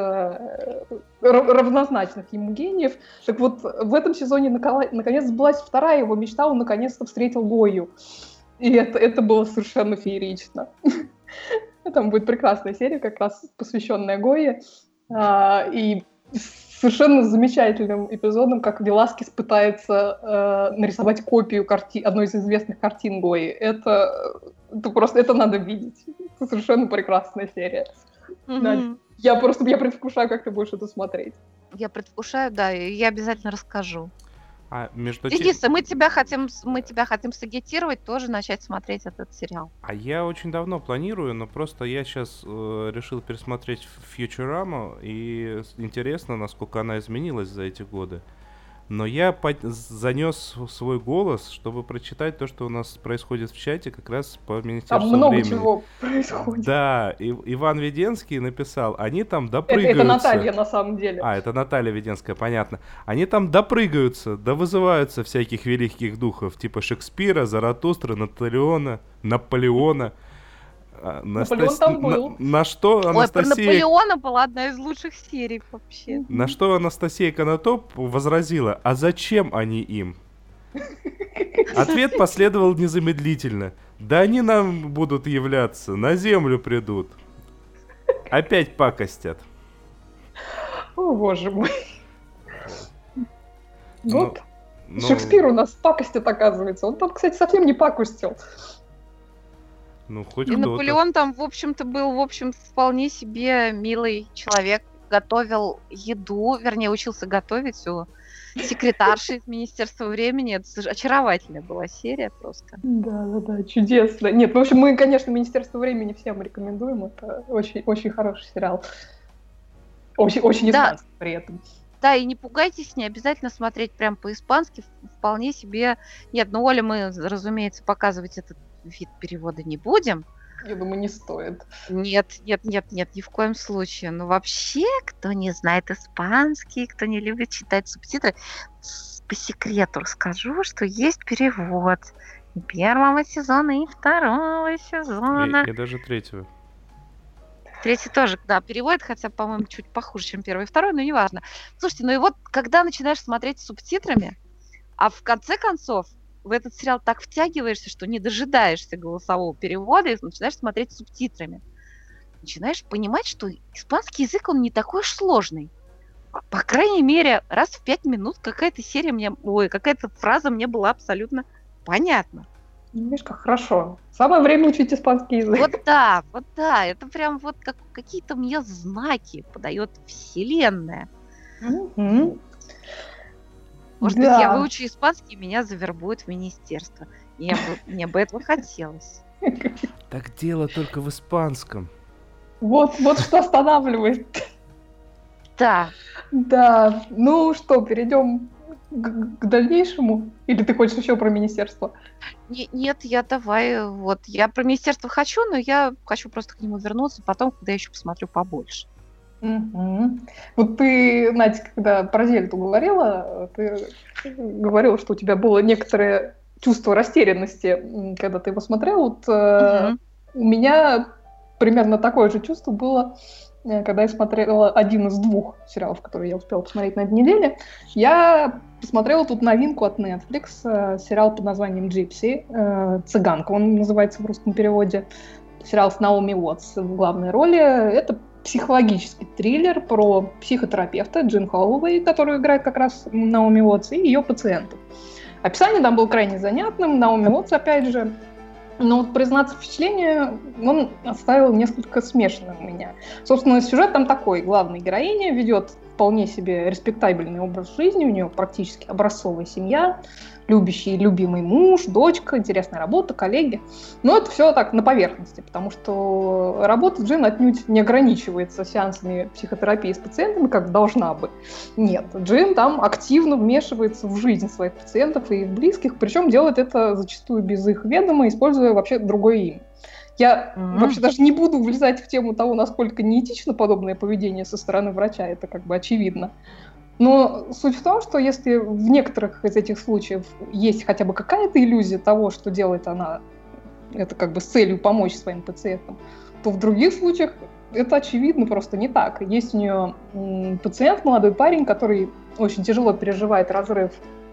равнозначных ему гениев. Так вот, в этом сезоне наконец сбылась вторая его мечта, он наконец-то встретил Гойю. И это было совершенно феерично. Там будет прекрасная серия, как раз посвященная Гойе. И совершенно замечательным эпизодом, как Веласкес пытается нарисовать копию одной из известных картин Гойи. Это надо видеть. Это совершенно прекрасная серия. Мгм. Я предвкушаю, как ты будешь это смотреть. Я предвкушаю, да, и я обязательно расскажу. А между тем... Денис, мы тебя хотим сагитировать, тоже начать смотреть этот сериал. А я очень давно планирую, но просто я сейчас решил пересмотреть Фьючераму, и интересно, насколько она изменилась за эти годы. Но я занес свой голос, чтобы прочитать то, что у нас происходит в чате, как раз по Министерству Там много времени. чего происходит. Да, Иван Веденский написал, они там допрыгаются. Это Наталья, на самом деле. Это Наталья Веденская, понятно. Они там допрыгаются, довызываются всяких великих духов, типа Шекспира, Заратустры, Наполеона. Наполеон там был. На что Ой, про Анастасия... Наполеона была одна из лучших серий вообще. На что Анастасия Конотоп возразила, а зачем они им? Ответ последовал незамедлительно. Да они нам будут являться, на землю придут. Опять пакостят. О, боже мой. Вот. Ну, Шекспир у нас пакостит, оказывается. Он там, кстати, совсем не пакостил. Ну, хоть И кто-то. Наполеон там, в общем-то, был, вполне себе милый человек. Готовил еду, вернее, учился готовить у секретарши из Министерства времени. Это очаровательная была серия просто. Да, чудесно. Нет, в общем, мы, конечно, Министерство времени всем рекомендуем. Это очень, очень хороший сериал. Очень испанский при этом. Да, и не пугайтесь, не обязательно смотреть прям по-испански. Вполне себе... Нет, Оля, мы, разумеется, показывать этот вид перевода не будем. Я думаю, не стоит. Нет, ни в коем случае. Но вообще, кто не знает испанский, кто не любит читать субтитры, по секрету скажу, что есть перевод и первого сезона, и второго сезона. И даже третьего. Третий тоже, да, переводит, хотя, по-моему, чуть похуже, чем первый и второй, но неважно. Слушайте, ну и вот, когда начинаешь смотреть с субтитрами, а в конце концов в этот сериал так втягиваешься, что не дожидаешься голосового перевода и начинаешь смотреть с субтитрами. начинаешь понимать, что испанский язык, он не такой уж сложный. По крайней мере, раз в 5 минут какая-то фраза мне была абсолютно понятна. Видишь, как хорошо. Самое время учить испанский язык. Вот да, это прям вот как какие-то мне знаки подает вселенная. Мгм. Может быть, Да. я выучу испанский, меня завербуют в министерство. Мне бы этого хотелось. Так дело только в испанском. Вот что останавливает. Да, Да, ну что, перейдем к дальнейшему? Или ты хочешь еще про министерство? нет, я про министерство хочу, но я хочу просто к нему вернуться потом, когда я еще посмотрю побольше. Мгм. Вот ты, Надя, когда про Зельду говорила, ты говорила, что у тебя было некоторое чувство растерянности, когда ты его смотрела. Вот Мгм. у меня примерно такое же чувство было, когда я смотрела один из 2 сериалов, которые я успела посмотреть на этой неделе. Я посмотрела тут новинку от Netflix, сериал под названием «Джипси», «Цыганка» он называется в русском переводе. Сериал с Наоми Уотс в главной роли. Это психологический триллер про психотерапевта Джин Холлоуэй, которую играет как раз Наоми Уотс, и ее пациентов. Описание там было крайне занятным. Наоми Уотс, опять же. Но вот, признаться, впечатление он оставил несколько смешанным у меня. Собственно, сюжет там такой. Главная героиня ведет вполне себе респектабельный образ жизни. У нее практически образцовая семья, любящий и любимый муж, дочка, интересная работа, коллеги. Но это все так на поверхности, потому что работа Джин отнюдь не ограничивается сеансами психотерапии с пациентами, как должна бы. Нет, Джин там активно вмешивается в жизнь своих пациентов и их близких, причем делает это зачастую без их ведома, используя вообще другое имя. Я вообще даже не буду влезать в тему того, насколько неэтично подобное поведение со стороны врача, это как бы очевидно. Но суть в том, что если в некоторых из этих случаев есть хотя бы какая-то иллюзия того, что делает она это как бы с целью помочь своим пациентам, то в других случаях это очевидно просто не так. Есть у нее пациент, молодой парень, который очень тяжело переживает разрыв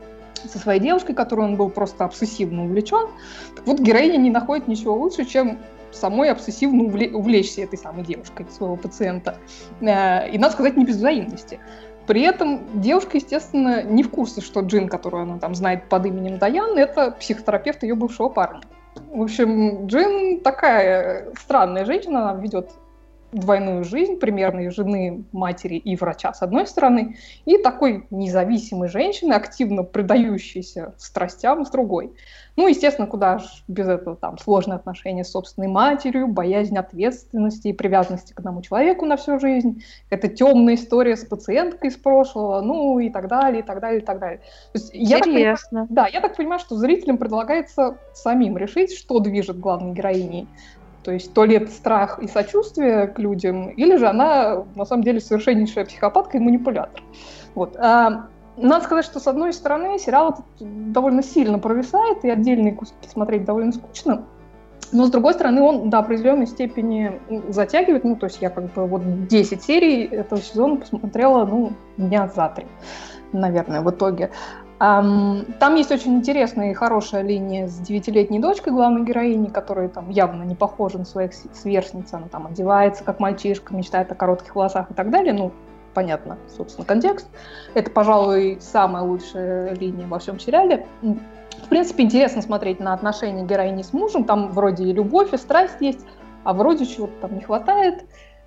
со своей девушкой, которой он был просто обсессивно увлечен. Так вот, героиня не находит ничего лучше, чем самой обсессивно увлечься этой самой девушкой, своего пациента. И, надо сказать, не без взаимности. При этом девушка, естественно, не в курсе, что Джин, которую она там знает под именем Даян, это психотерапевт ее бывшего парня. В общем, Джин такая странная женщина, она ведет двойную жизнь, примерной жены, матери и врача с одной стороны, и такой независимой женщины, активно предающейся страстям с другой. Ну, естественно, куда же без этого там сложные отношения с собственной матерью, боязнь ответственности и привязанности к одному человеку на всю жизнь, это темная история с пациенткой из прошлого, ну и так далее, и так далее, и так далее. То есть, интересно. я так понимаю, что зрителям предлагается самим решить, что движет главной героиней. То есть то ли это страх и сочувствие к людям, или же она, на самом деле, совершеннейшая психопатка и манипулятор. Вот. Надо сказать, что, с одной стороны, сериал этот довольно сильно провисает, и отдельные куски смотреть довольно скучно. Но, с другой стороны, он до определенной степени затягивает. Ну, то есть я как бы вот 10 серий этого сезона посмотрела, дня за 3, наверное, в итоге. Там есть очень интересная и хорошая линия с 9-летней дочкой главной героини, которая там явно не похожа на своих сверстниц. Она там одевается как мальчишка, мечтает о коротких волосах и так далее. Ну, понятно, собственно, контекст. Это, пожалуй, самая лучшая линия во всем сериале. В принципе, интересно смотреть на отношения героини с мужем. Там вроде и любовь, и страсть есть, а вроде чего-то там не хватает.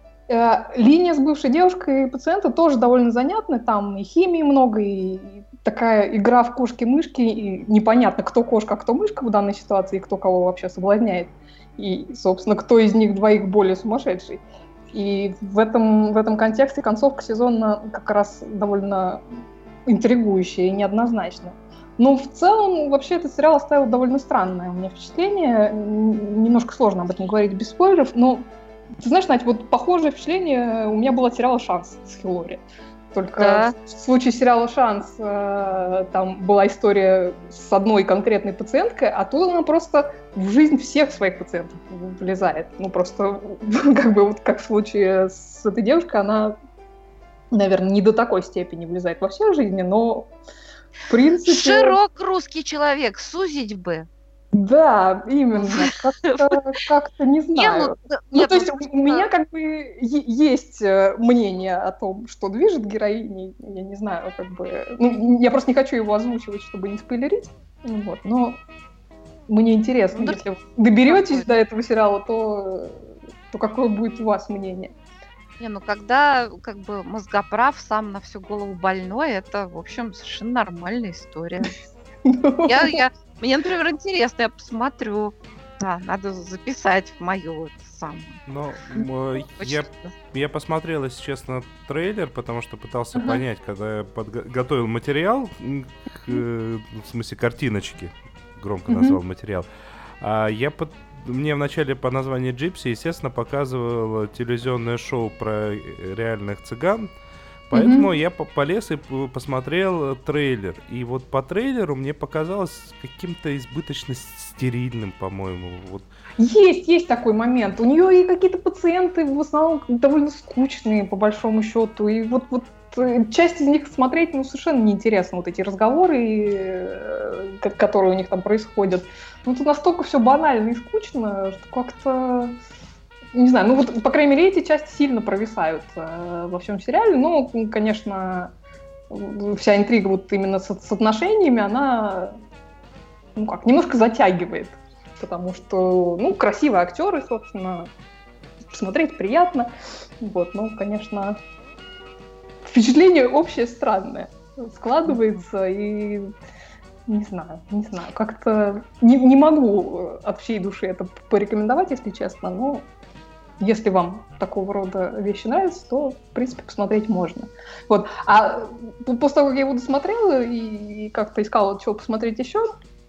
Линия с бывшей девушкой и пациента тоже довольно занятная. Там и химии много, и такая игра в кошки-мышки, и непонятно, кто кошка, а кто мышка в данной ситуации, и кто кого вообще соблазняет. И, собственно, кто из них двоих более сумасшедший. И в этом контексте концовка сезона как раз довольно интригующая и неоднозначная. Но в целом, вообще, этот сериал оставил довольно странное у меня впечатление. Немножко сложно об этом говорить без спойлеров, но ты знаешь, Надь, вот похожее впечатление у меня было от сериала «Шанс» с Хиллари. Только в случае сериала «Шанс» там была история с одной конкретной пациенткой, а тут она просто в жизнь всех своих пациентов влезает. Ну, просто как бы вот как в случае с этой девушкой, она, наверное, не до такой степени влезает во все жизни, но в принципе... Широк русский человек, сузить бы. Да, именно. Как-то не знаю. То есть у меня как бы есть мнение о том, что движет героиней. Я не знаю, как бы... я просто не хочу его озвучивать, чтобы не спойлерить. Вот, но мне интересно, если вы доберетесь до этого сериала, то какое будет у вас мнение? Когда как бы мозгоправ сам на всю голову больной, это, в общем, совершенно нормальная история. Мне, например, интересно, я посмотрю. Да, надо записать в мою самую. Я посмотрел, если честно, трейлер, потому что пытался понять, когда я готовил материал, в смысле картиночки, громко назвал материал. Мне вначале по названию Gypsy, естественно, показывало телевизионное шоу про реальных цыган. Поэтому я полез и посмотрел трейлер. И вот по трейлеру мне показалось каким-то избыточно стерильным, по-моему. Вот. Есть такой момент. У нее и какие-то пациенты в основном довольно скучные, по большому счету. И вот часть из них смотреть совершенно неинтересно. Вот эти разговоры, которые у них там происходят. Это настолько все банально и скучно, что как-то... Не знаю, по крайней мере, эти части сильно провисают во всем сериале. Но, конечно, вся интрига именно с отношениями, она, немножко затягивает. Потому что, красивые актеры, собственно, посмотреть приятно. Но, конечно, впечатление общее странное складывается, и не знаю, как-то не могу от всей души это порекомендовать, если честно, но если вам такого рода вещи нравятся, то, в принципе, посмотреть можно. А после того, как я его досмотрела и как-то искала, чего посмотреть еще,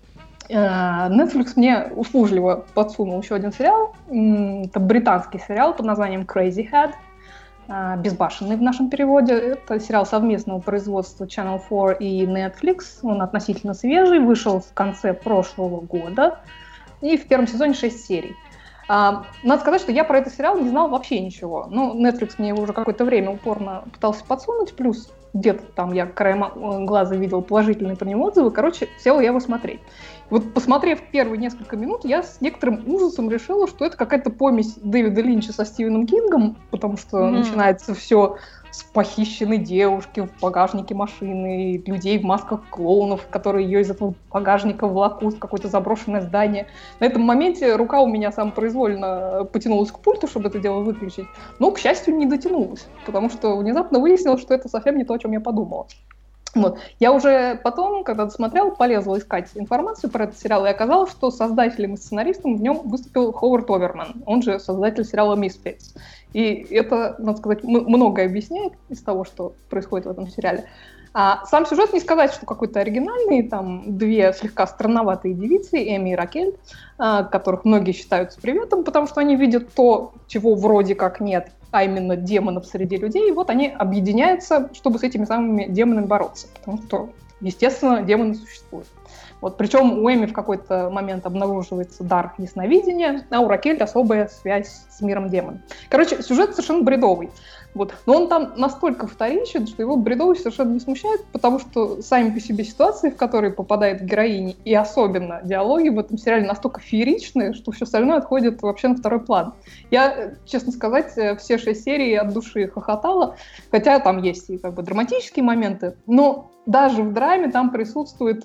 Netflix мне услужливо подсунул еще один сериал. Это британский сериал под названием Crazy Head, «Безбашенный» в нашем переводе. Это сериал совместного производства Channel 4 и Netflix. Он относительно свежий, вышел в конце прошлого года. И в первом сезоне 6 серий. Надо сказать, что я про этот сериал не знала вообще ничего. Netflix мне его уже какое-то время упорно пытался подсунуть, плюс где-то там я краем глаза видела положительные про него отзывы. Села я его смотреть. Посмотрев первые несколько минут, я с некоторым ужасом решила, что это какая-то помесь Дэвида Линча со Стивеном Кингом, потому что начинается все с похищенной девушки в багажнике машины, людей в масках клоунов, которые ее из этого багажника волокут в какое-то заброшенное здание. На этом моменте рука у меня самопроизвольно потянулась к пульту, чтобы это дело выключить, но, к счастью, не дотянулась, потому что внезапно выяснилось, что это совсем не то, о чем я подумала. Я уже потом, когда досмотрела, полезла искать информацию про этот сериал, и оказалось, что создателем и сценаристом в нем выступил Ховард Оверман, он же создатель сериала Misfits. И это, надо сказать, многое объясняет из того, что происходит в этом сериале. Сам сюжет не сказать, что какой-то оригинальный, там две слегка странноватые девицы, Эми и Ракель, которых многие считают с приветом, потому что они видят то, чего вроде как нет, а именно демонов среди людей, и они объединяются, чтобы с этими самыми демонами бороться, потому что, естественно, демоны существуют. Причем у Эми в какой-то момент обнаруживается дар ясновидения, а у Ракель особая связь с миром демонов. Сюжет совершенно бредовый. Но он там настолько вторичен, что его бредовость совершенно не смущает, потому что сами по себе ситуации, в которые попадает героиня, и особенно диалоги в этом сериале настолько фееричные, что все остальное отходит вообще на второй план. Я, честно сказать, все 6 серий от души хохотала, хотя там есть и драматические моменты, но даже в драме там присутствует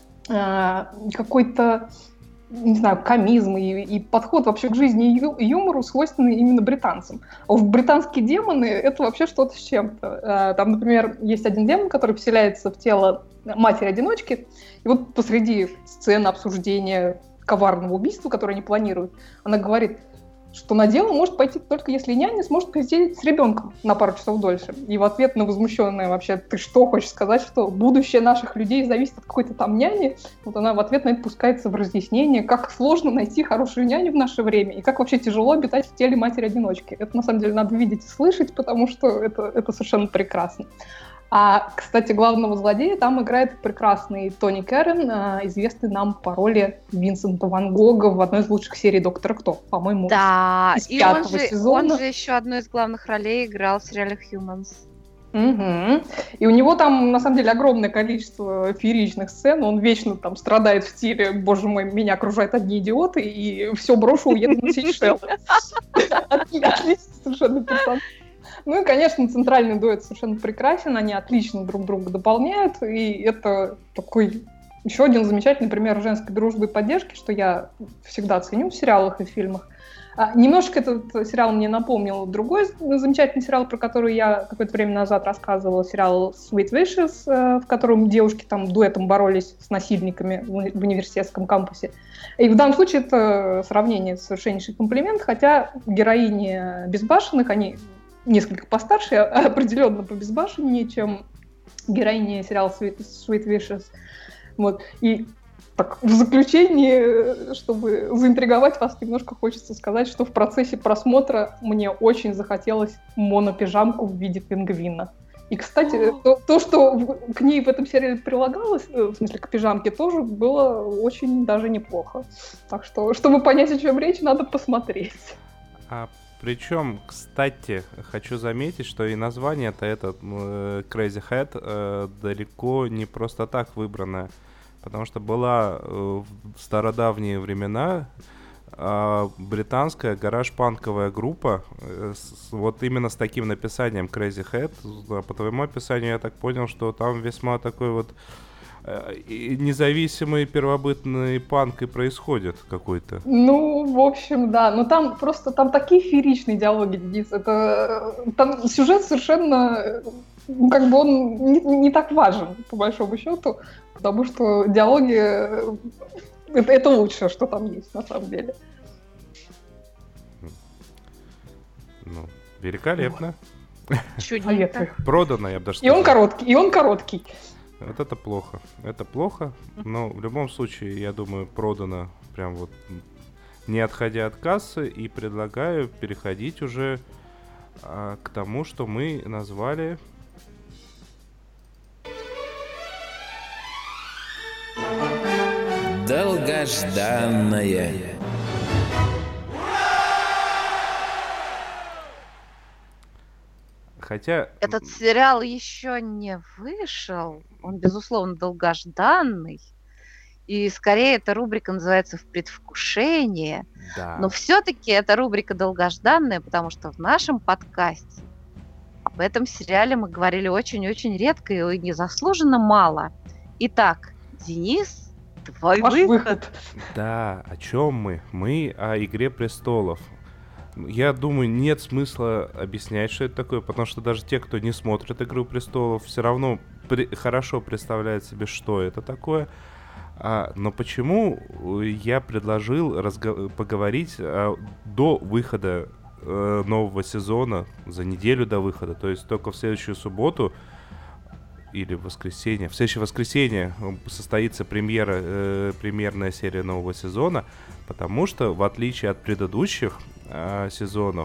какой-то, не знаю, комизм и подход вообще к жизни и юмору, свойственный именно британцам. А уж британские демоны — это вообще что-то с чем-то. Там, например, есть один демон, который вселяется в тело матери-одиночки, и посреди сцены обсуждения коварного убийства, которое они планируют, она говорит, что на дело может пойти только если няня сможет посидеть с ребенком на пару часов дольше. И в ответ на возмущенное вообще, ты что, хочешь сказать, что будущее наших людей зависит от какой-то там няни? Она в ответ на это пускается в разъяснение, как сложно найти хорошую няню в наше время, и как вообще тяжело обитать в теле матери-одиночки. Это, на самом деле, надо видеть и слышать, потому что это совершенно прекрасно. Кстати, главного злодея там играет прекрасный Тони Керрен, известный нам по роли Винсента Ван Гога в одной из лучших серий «Доктора Кто», по-моему, да, из 5-го сезона. Он же еще одну из главных ролей играл в сериале «Humans». Угу. И у него там, на самом деле, огромное количество фееричных сцен. Он вечно там страдает в стиле: боже мой, меня окружают одни идиоты, и все брошу, уеду на Сейшелы. Отлично совершенно персонаж. Ну и, конечно, центральный дуэт совершенно прекрасен. Они отлично друг друга дополняют. И это такой еще один замечательный пример женской дружбы и поддержки, что я всегда ценю в сериалах и фильмах. Немножко этот сериал мне напомнил другой замечательный сериал, про который я какое-то время назад рассказывала, сериал Sweet Wishes, в котором девушки там дуэтом боролись с насильниками в университетском кампусе. И в данном случае это сравнение совершеннейший комплимент, хотя героини безбашенных, они несколько постарше, определенно побезбашеннее, чем героини сериала Sweet Wishes. Вот. И так, в заключение, чтобы заинтриговать вас, немножко хочется сказать, что в процессе просмотра мне очень захотелось монопижамку в виде пингвина. И, кстати, то, что к ней в этом сериале прилагалось, в смысле, к пижамке, тоже было очень даже неплохо. Так что, чтобы понять, о чем речь, надо посмотреть. Причем, кстати, хочу заметить, что и название-то этот Crazy Head далеко не просто так выбранное. Потому что была в стародавние времена британская гараж-панковая группа вот именно с таким написанием Crazy Head. По твоему описанию я так понял, что там весьма такой вот независимый первобытный панк и происходит какой-то. Ну, в общем, да. Но там просто там такие фееричные диалоги, Денис. Там сюжет совершенно... Ну, как бы он не так важен, по большому счету, потому что диалоги это лучшее, что там есть, на самом деле. Ну, великолепно. Чудненько. Продано, я бы даже сказал. И он короткий. Вот это плохо. Это плохо, но в любом случае, я думаю, продано прям вот не отходя от кассы, и предлагаю переходить уже к тому, что мы назвали... Долгожданное. Хотя... Этот сериал еще не вышел. Он, безусловно, долгожданный. И скорее эта рубрика называется «В предвкушении». Да. Но все-таки эта рубрика долгожданная, потому что в нашем подкасте об этом сериале мы говорили очень-очень редко и незаслуженно мало. Итак, Денис, твой выход. Да, о чем мы? Мы о «Игре престолов». Я думаю, нет смысла объяснять, что это такое, потому что даже те, кто не смотрит «Игру престолов», все равно хорошо представляют себе, что это такое. Но почему я предложил поговорить до выхода нового сезона, за неделю до выхода, то есть только в следующую субботу или воскресенье. В следующее воскресенье состоится премьерная серия нового сезона, потому что, в отличие от предыдущих сезонов,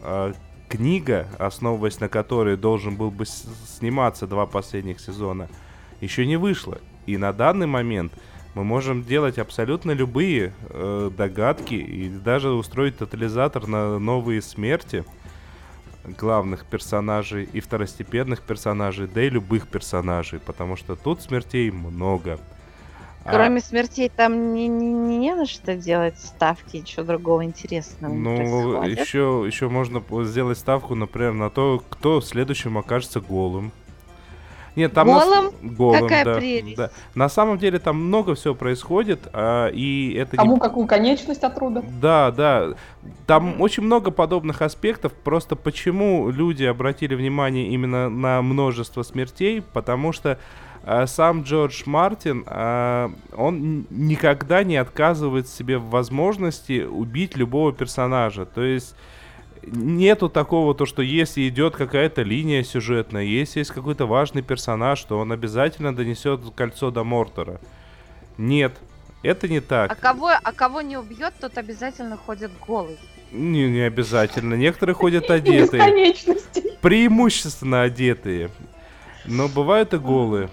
книга, основываясь на которой должен был бы сниматься 2 последних сезона, еще не вышла. И на данный момент мы можем делать абсолютно любые догадки и даже устроить тотализатор на новые смерти главных персонажей и второстепенных персонажей, да и любых персонажей, потому что тут смертей много. Кроме смертей там не на что делать ставки, ничего другого интересного не происходит. еще можно сделать ставку, например, на то, кто следующим окажется голым. Нет, там голым? Какая прелесть. Да. На самом деле там много всего происходит, и это... Кому какую конечность отрубят? Да. Там очень много подобных аспектов. Просто почему люди обратили внимание именно на множество смертей? Потому что сам Джордж Мартин, он никогда не отказывает себе в возможности убить любого персонажа. То есть... Нету такого, то, что если идет какая-то линия сюжетная, если есть какой-то важный персонаж, то он обязательно донесет кольцо до Мортора. Нет, это не так. А кого не убьет, тот обязательно ходит голый. Не обязательно. Некоторые ходят одетые. Преимущественно одетые. Но бывают и голые.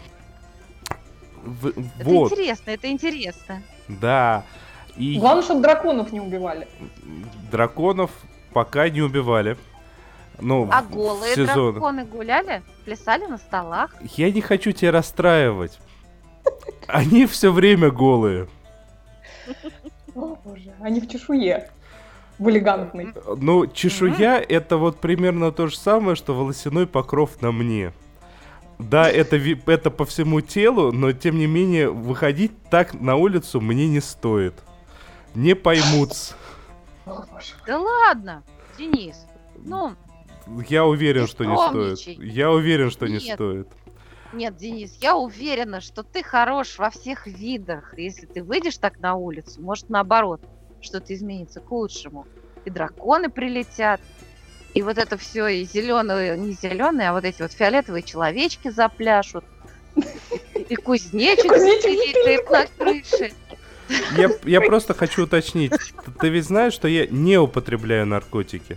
Это интересно. Да. Главное, чтобы драконов не убивали. Драконов пока не убивали. Ну, А голые сезон. драконы гуляли? Плясали на столах? Я не хочу тебя расстраивать. Они все время голые. О, боже, они в чешуе. В элегантной. Ну, чешуя это вот примерно то же самое, что волосяной покров на мне. Да, это по всему телу, но тем не менее выходить так на улицу мне не стоит. Не поймут. О, боже. Да ладно, Денис. Ну, Я уверен, Ты что не скромничай. стоит. Я уверен, что не Нет. стоит. нет, Денис, я уверена, что ты хорош во всех видах. Если ты выйдешь так на улицу, может, наоборот, что-то изменится к лучшему. И драконы прилетят, и вот это все, и зеленые, не зеленые, а вот эти вот фиолетовые человечки запляшут. И кузнечик стоит на крыше. Я просто хочу уточнить. Ты ведь знаешь, что я не употребляю наркотики?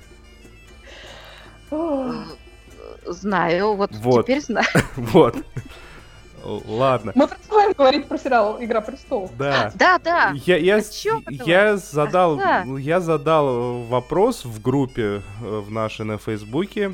О. Знаю, вот Вот. теперь знаю. Вот. Ладно. Мы продолжаем говорить про сериал «Игра престолов». Да. Да. Я чёртова. задал вопрос в группе в нашей на Фейсбуке,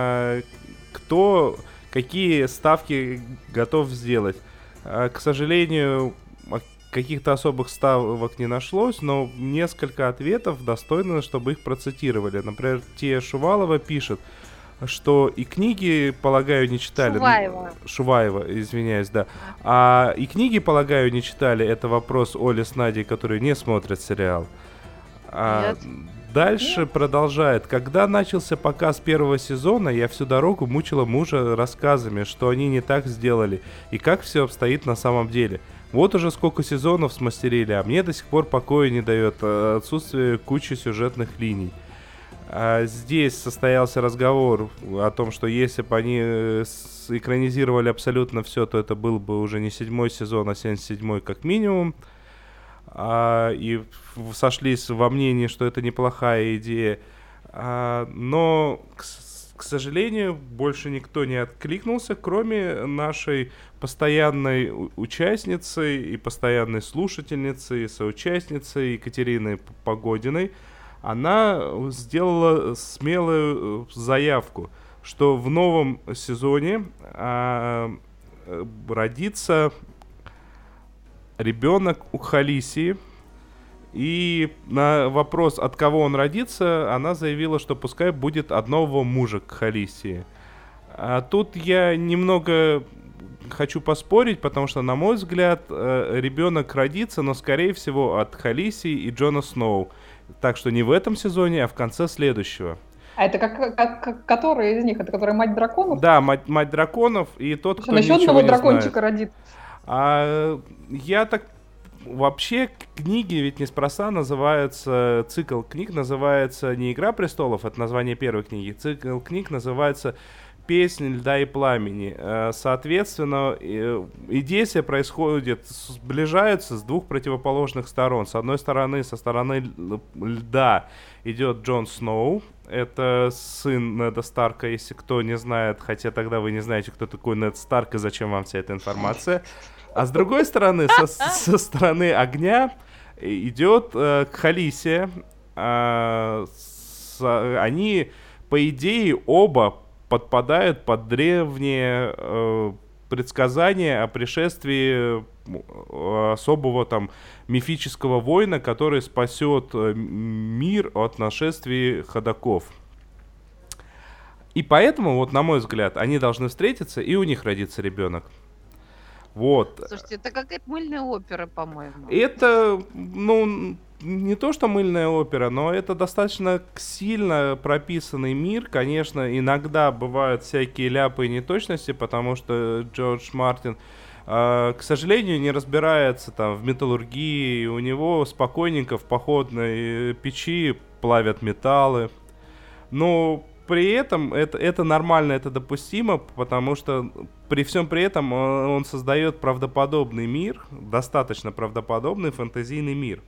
кто какие ставки готов сделать. К сожалению, каких-то особых ставок не нашлось, но несколько ответов достойно, чтобы их процитировали. Например, Тия Шувалова пишет, что и книги, полагаю, не читали. Шуваева, извиняюсь, да. И книги, полагаю, не читали. Это вопрос Оли с Надей, которые не смотрят сериал. Нет. Дальше продолжает. Когда начался показ первого сезона, я всю дорогу мучила мужа рассказами, что они не так сделали и как все обстоит на самом деле. Вот уже сколько сезонов смастерили, а мне до сих пор покоя не дает отсутствие кучи сюжетных линий. Здесь состоялся разговор о том, что если бы они экранизировали абсолютно все, то это был бы уже не 7-й сезон, а 77-й как минимум. И сошлись во мнении, что это неплохая идея. Но, к сожалению, больше никто не откликнулся, кроме нашей постоянной участницы и постоянной слушательницы и соучастницы Екатерины Погодиной. Она сделала смелую заявку, что в новом сезоне родится ребенок у Халисии. И на вопрос, от кого он родится, она заявила, что пускай будет от нового мужа к Халисии. Тут я немного хочу поспорить, потому что, на мой взгляд, ребенок родится, но, скорее всего, от Халисии и Джона Сноу. Так что не в этом сезоне, а в конце следующего. А это который из них? Это который мать драконов? Да, мать драконов и тот, кто Еще ничего одного не дракончика знает. родит. Я так... Вообще, книги ведь неспроста называются... Цикл книг называется не «Игра престолов», это название первой книги. Цикл книг называется «Песнь льда и пламени». Соответственно, и действия происходят, сближаются с двух противоположных сторон. С одной стороны, со стороны льда идет Джон Сноу. Это сын Неда Старка, если кто не знает, хотя тогда вы не знаете, кто такой Нед Старк и зачем вам вся эта информация. А с другой стороны, со стороны огня идет Халисия. Они, по идее, оба подпадают под древние предсказания о пришествии особого там мифического воина, который спасет мир от нашествия ходоков. И поэтому, вот на мой взгляд, они должны встретиться, и у них родится ребенок. Вот. Слушайте, это какая-то мыльная опера, по-моему. Это, не то что мыльная опера, но это достаточно сильно прописанный мир. Конечно, иногда бывают всякие ляпы и неточности, потому что Джордж Мартин, к сожалению, не разбирается там в металлургии. У него спокойненько в походной печи плавят металлы. Но при этом это нормально, это допустимо, потому что при всем при этом он создает правдоподобный мир, достаточно правдоподобный фэнтезийный мир.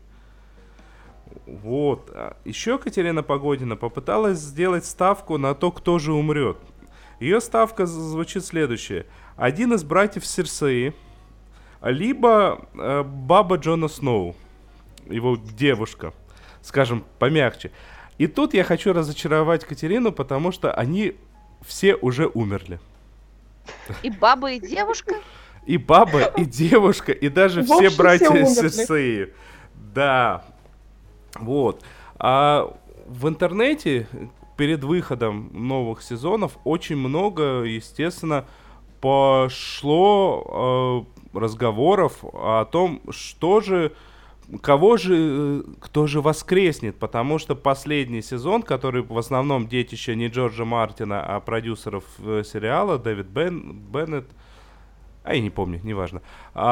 Вот. Еще Катерина Погодина попыталась сделать ставку на то, кто же умрет. Ее ставка звучит следующее. Один из братьев Серсеи, либо баба Джона Сноу, его девушка, скажем помягче. И тут я хочу разочаровать Катерину, потому что они все уже умерли. И баба, и девушка? И баба, и девушка, и даже все братья Серсеи. Да. Вот. А в интернете перед выходом новых сезонов очень много, естественно, пошло разговоров о том, кто же воскреснет, потому что последний сезон, который в основном детище не Джорджа Мартина, а продюсеров сериала, Дэвид Беннет, я не помню, неважно,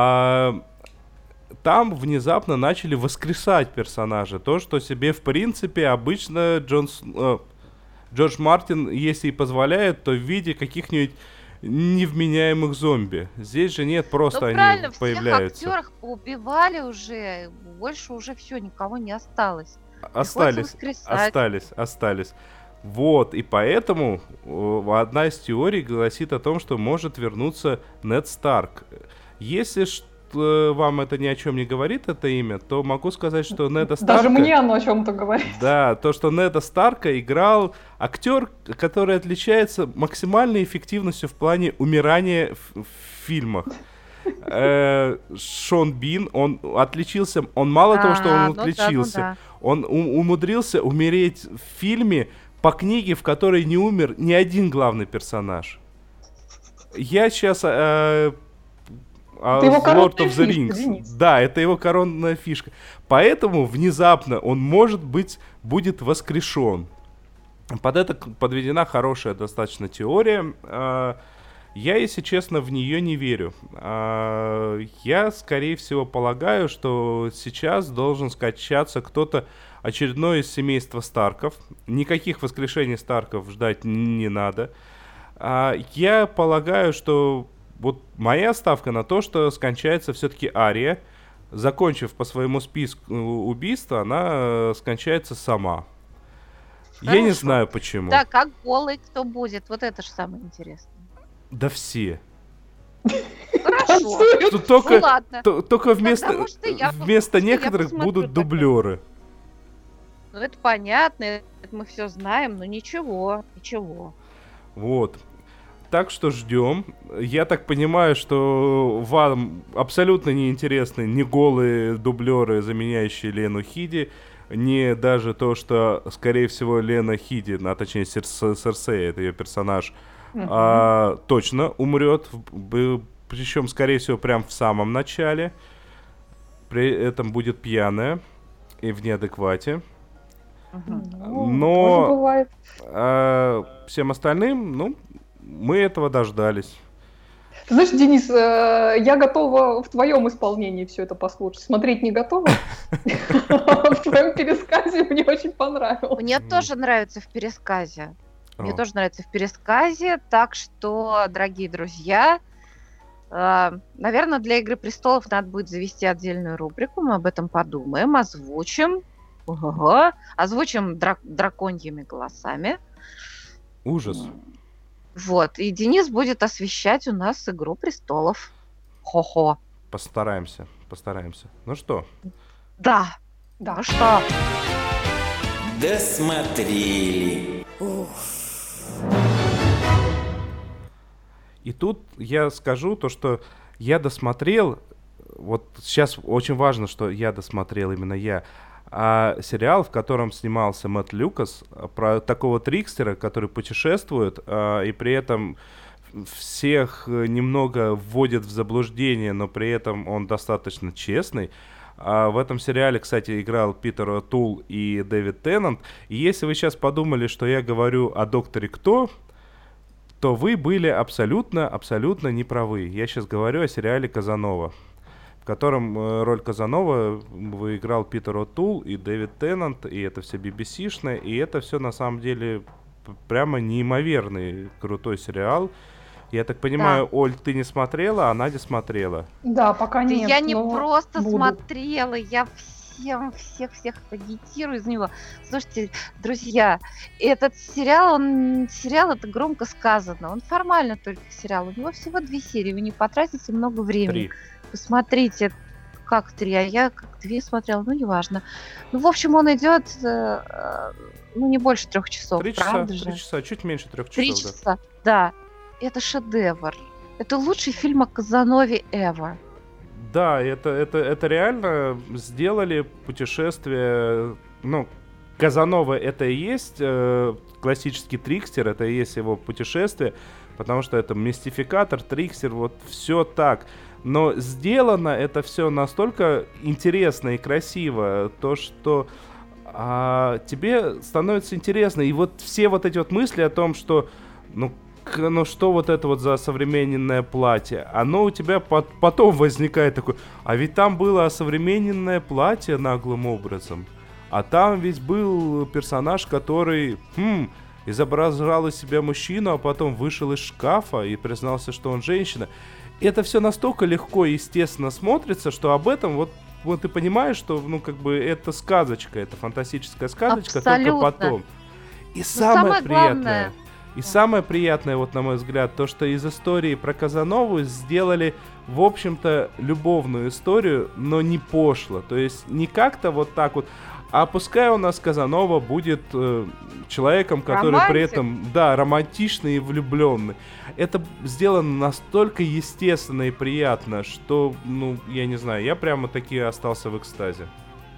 там внезапно начали воскресать персонажи. То, что себе, в принципе, обычно Джордж Мартин, если и позволяет, то в виде каких-нибудь невменяемых зомби. Здесь же нет, просто они появляются. Всех актеров поубивали уже, больше уже все, никого не осталось. Остались. Вот, и поэтому одна из теорий гласит о том, что может вернуться Нед Старк. Если вам это ни о чем не говорит, это имя, то могу сказать, что Неда Старка... Даже мне оно о чем-то говорит. Да, то, что Неда Старка играл актер, который отличается максимальной эффективностью в плане умирания в фильмах. Шон Бин, он отличился, он мало того, что он отличился, он умудрился умереть в фильме по книге, в которой не умер ни один главный персонаж. Я сейчас... Lord of the Rings. Да, это его коронная фишка. Поэтому внезапно он, может быть, будет воскрешен. Под это подведена хорошая достаточно теория. Я, если честно, в нее не верю. Я, скорее всего, полагаю, что сейчас должен скачаться кто-то очередной из семейства Старков. Никаких воскрешений Старков ждать не надо. Я полагаю, что вот моя ставка на то, что скончается все-таки Ария. Закончив по своему списку убийства, она скончается сама. Хорошо. Я не знаю почему. Да, как голый кто будет, вот это же самое интересное. Да все. Хорошо. Только вместо некоторых будут дублеры. Ну это понятно, это мы все знаем, но ничего. Вот. Так что ждем. Я так понимаю, что вам абсолютно не интересны ни голые дублеры, заменяющие Лену Хиди, ни даже то, что, скорее всего, Лена Хиди, а точнее Серсея, это ее персонаж, точно умрет. Причем, скорее всего, прям в самом начале. При этом будет пьяная и в неадеквате. Но всем остальным, мы этого дождались. Ты знаешь, Денис, я готова в твоем исполнении все это послушать. Смотреть не готова. В твоем пересказе мне очень понравилось. Мне тоже нравится в пересказе. Так что, дорогие друзья, наверное, для «Игры престолов» надо будет завести отдельную рубрику. Мы об этом подумаем, озвучим драконьими голосами. Ужас. Вот, и Денис будет освещать у нас «Игру престолов». Хо-хо. Постараемся. Ну что? Да. Ну что? Досмотрели. И тут я скажу то, что я досмотрел. Вот сейчас очень важно, что я досмотрел, именно я. Сериал, в котором снимался Мэтт Люкас, про такого трикстера, который путешествует, и при этом всех немного вводит в заблуждение, но при этом он достаточно честный. В этом сериале, кстати, играл Питер О'Тул и Дэвид Теннант. И если вы сейчас подумали, что я говорю о Докторе Кто, то вы были абсолютно неправы. Я сейчас говорю о сериале «Казанова», в котором роль Казанова играл Питер О'Тул и Дэвид Теннант, и это все BBC-шное, и это все на самом деле прямо неимоверный крутой сериал. Я так понимаю, да. Оль, ты не смотрела, а Надя смотрела. Да, пока нет. Я не просто смотрела, я всех агитирую из него. Слушайте, друзья, этот сериал это громко сказано, он формально только сериал, у него всего 2 серии, вы не потратите много времени. 3. Посмотрите, как 3, а я как 2 смотрела, ну, неважно. Ну, в общем, он идет, не больше 3 часов, 3 часа, правда же? 3 часа, чуть меньше 3 3 часов, часа, да. Это шедевр. Это лучший фильм о Казанове ever. Да, это реально сделали путешествие, ну, Казанова это и есть классический трикстер, это и есть его путешествие, потому что это мистификатор, трикстер, вот все так. Но сделано это все настолько интересно и красиво, то что тебе становится интересно. И вот все вот эти вот мысли о том, что ну что вот это вот за современное платье, оно у тебя потом возникает такой, а ведь там было современное платье наглым образом, а там ведь был персонаж, который изображал из себя мужчину, а потом вышел из шкафа и признался, что он женщина. Это все настолько легко и естественно смотрится, что об этом вот ты понимаешь, что это сказочка, это фантастическая сказочка. Абсолютно. Только потом. И самое приятное... И самое приятное, вот на мой взгляд, то, что из истории про Казанову сделали, в общем-то, любовную историю, но не пошло. То есть не как-то вот так вот, а пускай у нас Казанова будет человеком, который при этом, да, романтичный и влюбленный. Это сделано настолько естественно и приятно, что, я не знаю, я прямо таки остался в экстазе.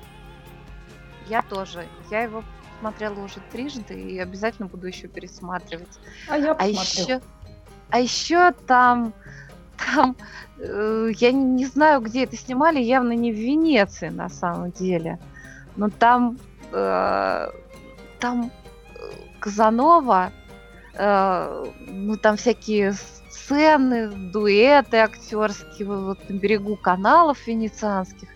Я тоже. Я его смотрела уже трижды и обязательно буду еще пересматривать. А еще там я не знаю, где это снимали, явно не в Венеции на самом деле, но там Казанова, там всякие сцены, дуэты актерские вот на берегу каналов венецианских.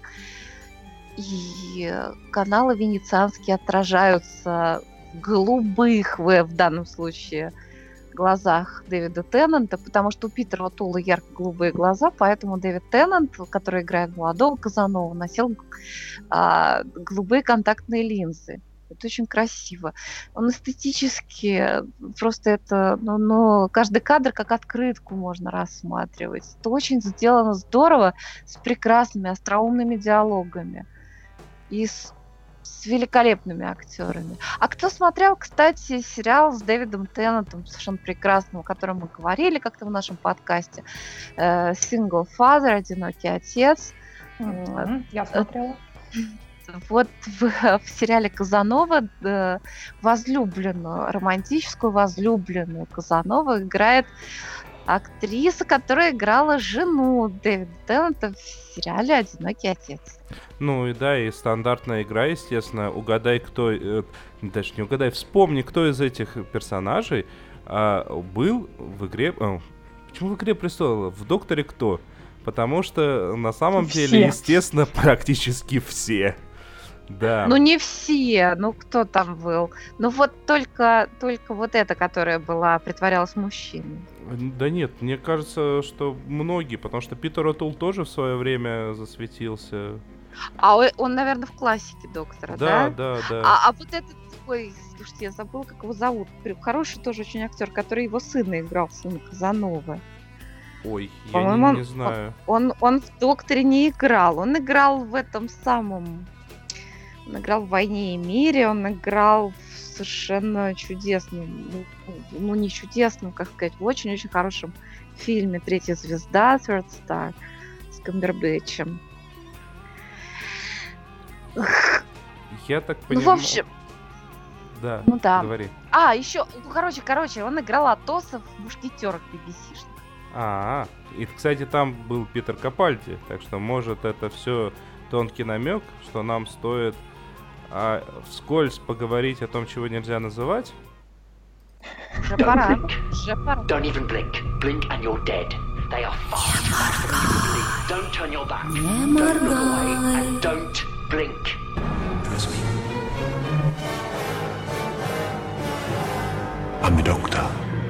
И каналы венецианские отражаются в голубых, в данном случае, глазах Дэвида Теннанта, потому что у Питера О'Тула ярко-голубые глаза, поэтому Дэвид Теннант, который играет молодого Казанова, носил голубые контактные линзы. Это очень красиво. Он эстетически просто это, каждый кадр как открытку можно рассматривать. Это очень сделано здорово, с прекрасными остроумными диалогами и с великолепными актерами. А кто смотрел, кстати, сериал с Дэвидом Теннантом, совершенно прекрасным, о котором мы говорили как-то в нашем подкасте, Single Father, одинокий отец. Я смотрела. Вот в сериале Казанова романтическую возлюбленную Казанова играет актриса, которая играла жену Дэвида Теннанта в сериале «Одинокий отец». Ну и да, и стандартная игра, естественно. Угадай, кто... даже не угадай, вспомни, кто из этих персонажей был в игре... почему в «Игре престолов»? В «Докторе Кто». Потому что на самом деле, естественно, практически все. Да. Ну не все, кто там был? Вот только вот эта, которая притворялась мужчиной. Да нет, мне кажется, что многие, потому что Питер О'Тул тоже в свое время засветился. А он, наверное, в классике Доктора, да? Да. А вот этот, слушайте, я забыла, как его зовут. Хороший тоже очень актер, который его сына играл, сына Казанова. Ой, я не знаю. Он в «Докторе» не играл. Он играл в этом самом... Он играл в «Войне и мире», он играл в совершенно чудесном, не чудесном, как сказать, в очень-очень хорошем фильме «Третья звезда», Third Star, с Камбербэтчем. Я так понимаю... в общем... Да, говори. Еще, короче, он играл Атоса в «Мушкетерах» BBC-шных. И, кстати, там был Питер Капальди, так что, может, это все тонкий намек, что нам стоит вскользь поговорить о том, чего нельзя называть. Уже пора. Don't even blink. Blink and you're dead. They are far too fast. Don't turn your back. Don't look away and don't blink. Trust me. I'm the Doctor.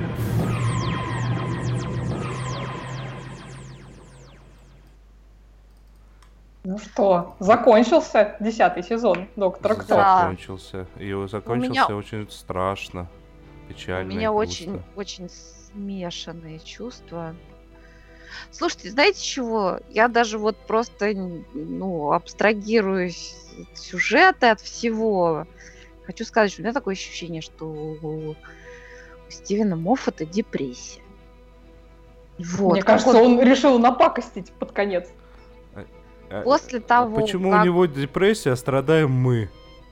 Ну что, закончился 10-й сезон «Доктора Кто». Закончился. И закончился очень страшно, печально. У меня очень смешанные чувства. Слушайте, знаете чего? Я даже вот просто, абстрагируюсь от сюжета, от всего. Хочу сказать, что у меня такое ощущение, что у Стивена Моффата депрессия. Вот. Мне кажется, он решил напакостить под конец. После того, почему у него депрессия, а страдаем мы?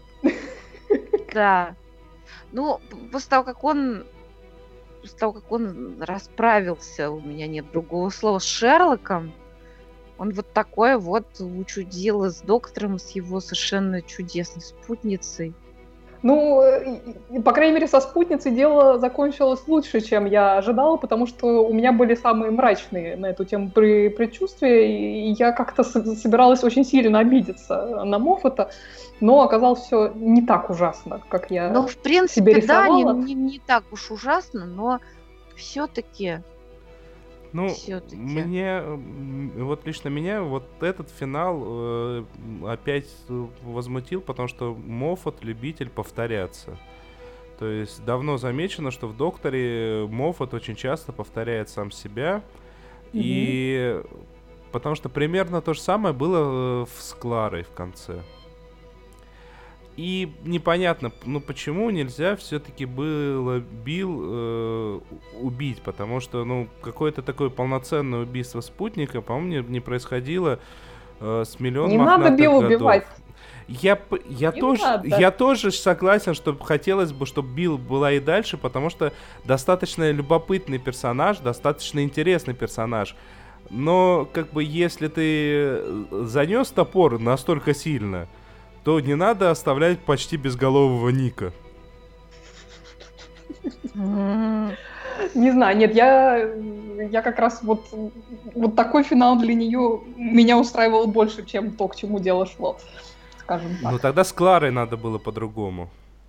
Да. После того, как он расправился, у меня нет другого слова, с Шерлоком, он вот такое вот учудил с доктором, с его совершенно чудесной спутницей. По крайней мере, со спутницей дело закончилось лучше, чем я ожидала, потому что у меня были самые мрачные на эту тему предчувствия, и я как-то собиралась очень сильно обидеться на Моффата, но оказалось все не так ужасно, как я себе рисовала. В принципе, да, не так уж ужасно, но все-таки... лично меня вот этот финал опять возмутил, потому что Моффат любитель повторяться. То есть давно замечено, что в «Докторе» Моффат очень часто повторяет сам себя, и потому что примерно то же самое было с Кларой в конце. И непонятно, почему нельзя все-таки было Билл убить, потому что, какое-то такое полноценное убийство спутника, по-моему, не происходило с миллионом мохнатых годов. Не надо Билла убивать. Я тоже согласен, что хотелось бы, чтобы Билл была и дальше, потому что достаточно любопытный персонаж, достаточно интересный персонаж. Но, если ты занес топор настолько сильно, то не надо оставлять почти безголового Ника. Не знаю, нет, я как раз вот такой финал для нее меня устраивал больше, чем то, к чему дело шло, скажем так. Тогда с Кларой надо было по-другому.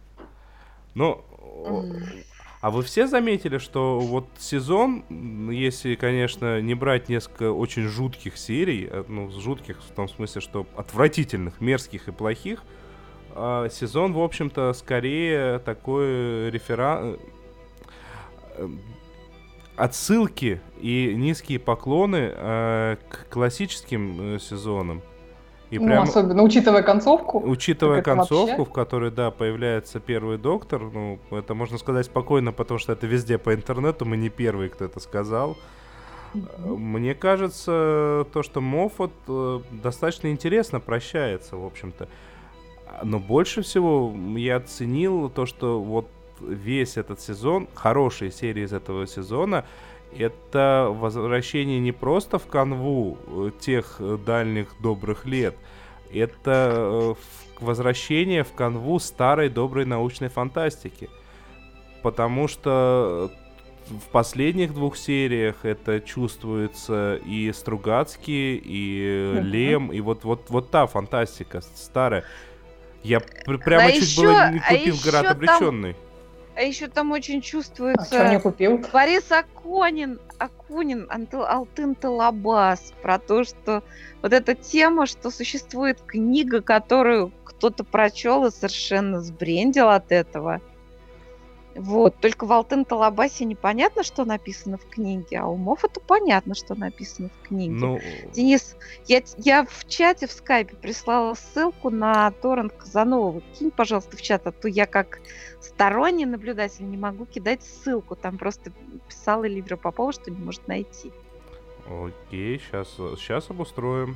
А вы все заметили, что вот сезон, если, конечно, не брать несколько очень жутких серий, жутких в том смысле, что отвратительных, мерзких и плохих, сезон, в общем-то, скорее такой отсылки и низкие поклоны к классическим сезонам. И особенно учитывая концовку. Учитывая концовку, в которой, появляется первый доктор, это можно сказать спокойно, потому что это везде по интернету, мы не первые, кто это сказал. Мне кажется, то, что Моффат достаточно интересно прощается, в общем-то. Но больше всего я оценил то, что вот весь этот сезон, хорошие серии из этого сезона, это возвращение не просто в канву тех дальних добрых лет, это возвращение в канву старой доброй научной фантастики. Потому что в последних двух сериях это чувствуется и Стругацкий, и Лем, и вот та фантастика старая. Я прямо чуть было не купил «Град обреченный». А еще там очень чувствуется Борис Акунин, Алтын Талабас, про то, что вот эта тема, что существует книга, которую кто-то прочел и совершенно сбрендил от этого. Вот. Только в Алтын Талабасе непонятно, что написано в книге, а у Моффата понятно, что написано в книге. Денис, я в чате в скайпе прислала ссылку на торрент Казанова. Кинь, пожалуйста, в чат, а то я как сторонний наблюдатель не могу кидать ссылку. Там просто писала Эльвира Попова, что не может найти. Окей, сейчас обустроим.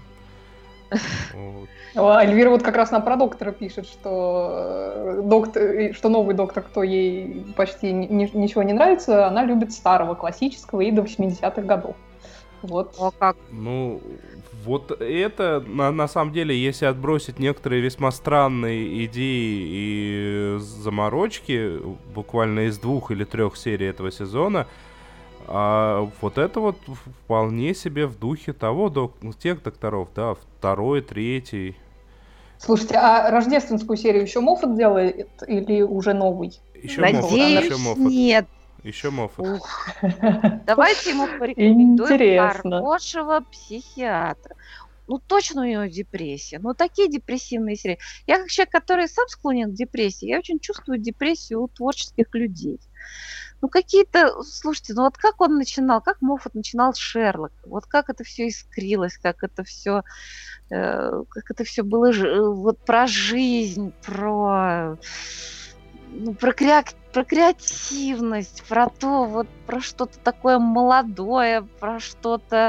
Эльвира вот как раз нам про доктора пишет, что новый доктор, кто ей почти ничего не нравится, она любит старого, классического и до 80-х годов. Вот. О, как? Вот это, на самом деле, если отбросить некоторые весьма странные идеи и заморочки, буквально из 2 или 3 серий этого сезона, вот это вот вполне себе в духе тех докторов, 2-й, 3-й. Слушайте, а рождественскую серию еще Моффат делает или уже новый? Надеюсь, нет. Еще Моффат. Давайте ему порекомендуем хорошего психиатра. Точно у него депрессия. Такие депрессивные серии. Я как человек, который сам склонен к депрессии, я очень чувствую депрессию у творческих людей. Ну, какие-то, слушайте, ну вот как он начинал, как Моффат начинал с Шерлока, вот как это все искрилось, как это все было вот про жизнь, про креативность, про то, вот про что-то такое молодое, про что-то,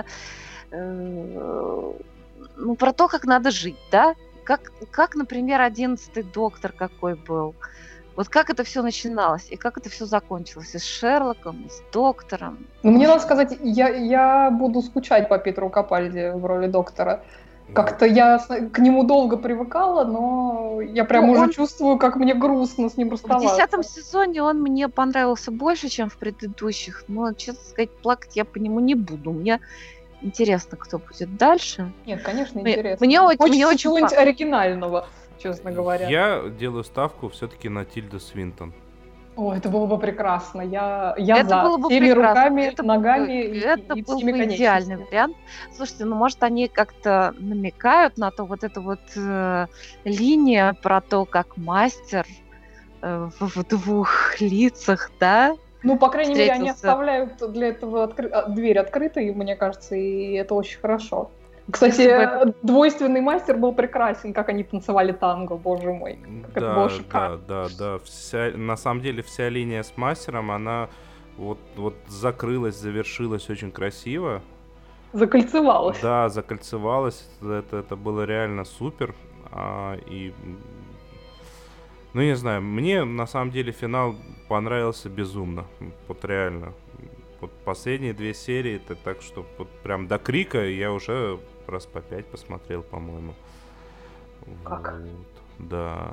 про то, как надо жить, да? Как, например, 11-й доктор какой был. Вот как это все начиналось и как это все закончилось и с Шерлоком, и с доктором. Ну, мне надо сказать, я буду скучать по Петру Капальди в роли доктора. Как-то я к нему долго привыкала, но я прям уже чувствую, как мне грустно с ним расставаться. В 10-м сезоне он мне понравился больше, чем в предыдущих, но, честно сказать, плакать я по нему не буду. Мне интересно, кто будет дальше. Нет, конечно, интересно. Мне очень чего-нибудь оригинального, честно говоря. Я делаю ставку все-таки на Тильду Свинтон. О, это было бы прекрасно. Я это за было бы всеми прекрасно. руками, ногами это и был всеми бы идеальный вариант. Слушайте, может, они как-то намекают на то, вот эта вот линия про то, как мастер в двух лицах, да? Ну, по крайней мере, они оставляют для этого дверь открытой, мне кажется, и это очень хорошо. Кстати, двойственный мастер был прекрасен, как они танцевали танго, боже мой. Как это было шикарно. Да. На самом деле вся линия с мастером, она вот закрылась, завершилась очень красиво. Закольцевалась. Да, закольцевалась. Это было реально супер. Ну, не знаю, мне на самом деле финал понравился безумно. Вот реально. Вот последние 2 серии, это так что вот прям до крика я уже раз по 5 посмотрел, по-моему. Как? Вот, да.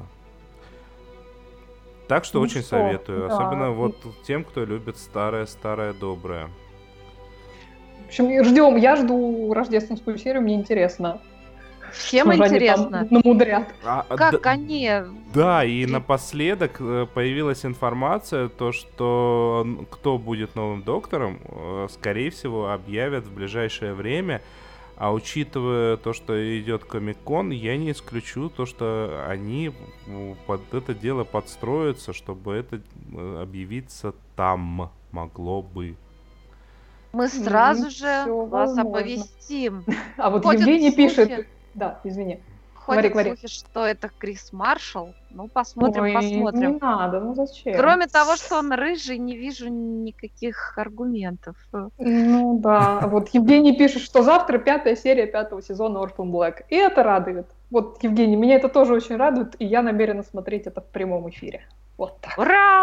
Так что очень советую. Да. Особенно вот тем, кто любит старое доброе. В общем, я жду рождественскую серию, мне интересно. Всем интересно. Намудрят. Как они... Да, и напоследок появилась информация, то, что кто будет новым доктором, скорее всего, объявят в ближайшее время. А учитывая то, что идет Комик-кон, я не исключу то, что они под это дело подстроятся, чтобы это объявиться там могло бы. Мы сразу же вас оповестим. А вот Евгений пишет... Да, извини. Ходят слухи, что это Крис Маршалл. Ну, посмотрим. Не надо, зачем? Кроме того, что он рыжий, не вижу никаких аргументов. Ну да, вот Евгений пишет, что завтра 5-я серия 5-го сезона Orphan Black. И это радует. Вот, Евгений, меня это тоже очень радует, и я намерена смотреть это в прямом эфире. Вот так.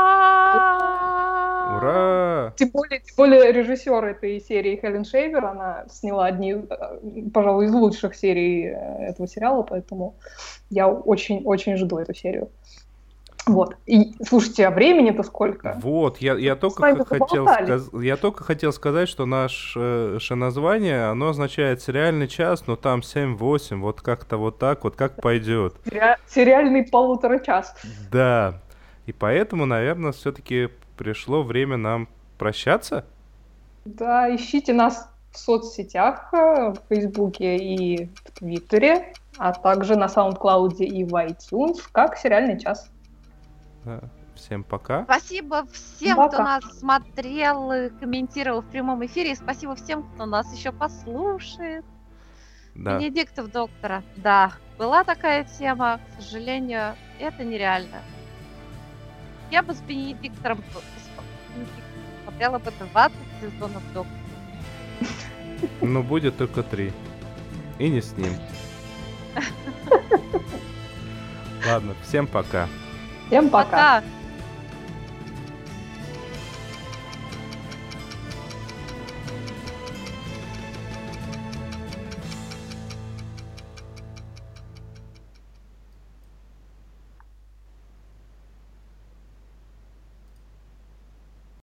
Ура! Ура! Тем более режиссер этой серии Хелен Шейвер, она сняла одни, пожалуй, из лучших серий этого сериала, поэтому я очень жду эту серию. Вот. И слушайте, а времени-то сколько? Вот, я только хотел сказать, что наше название, оно означает сериальный час, но там 7-8, вот как-то вот так, вот как пойдет. Сериальный 1,5 часа. Да. И поэтому, наверное, все-таки пришло время нам прощаться. Да, ищите нас в соцсетях, в Фейсбуке и в Твиттере, а также на SoundCloud и в iTunes, как «Сериальный час». Да. Всем пока. Спасибо всем, кто нас смотрел, комментировал в прямом эфире. И спасибо всем, кто нас еще послушает. Да. Бенедиктов доктора. Да, была такая тема. К сожалению, это нереально. Я бы с Бенедиктором смотрела бы 20 сезонов доктора. Ну, будет только 3. И не с ним. Ладно, всем пока. Всем пока.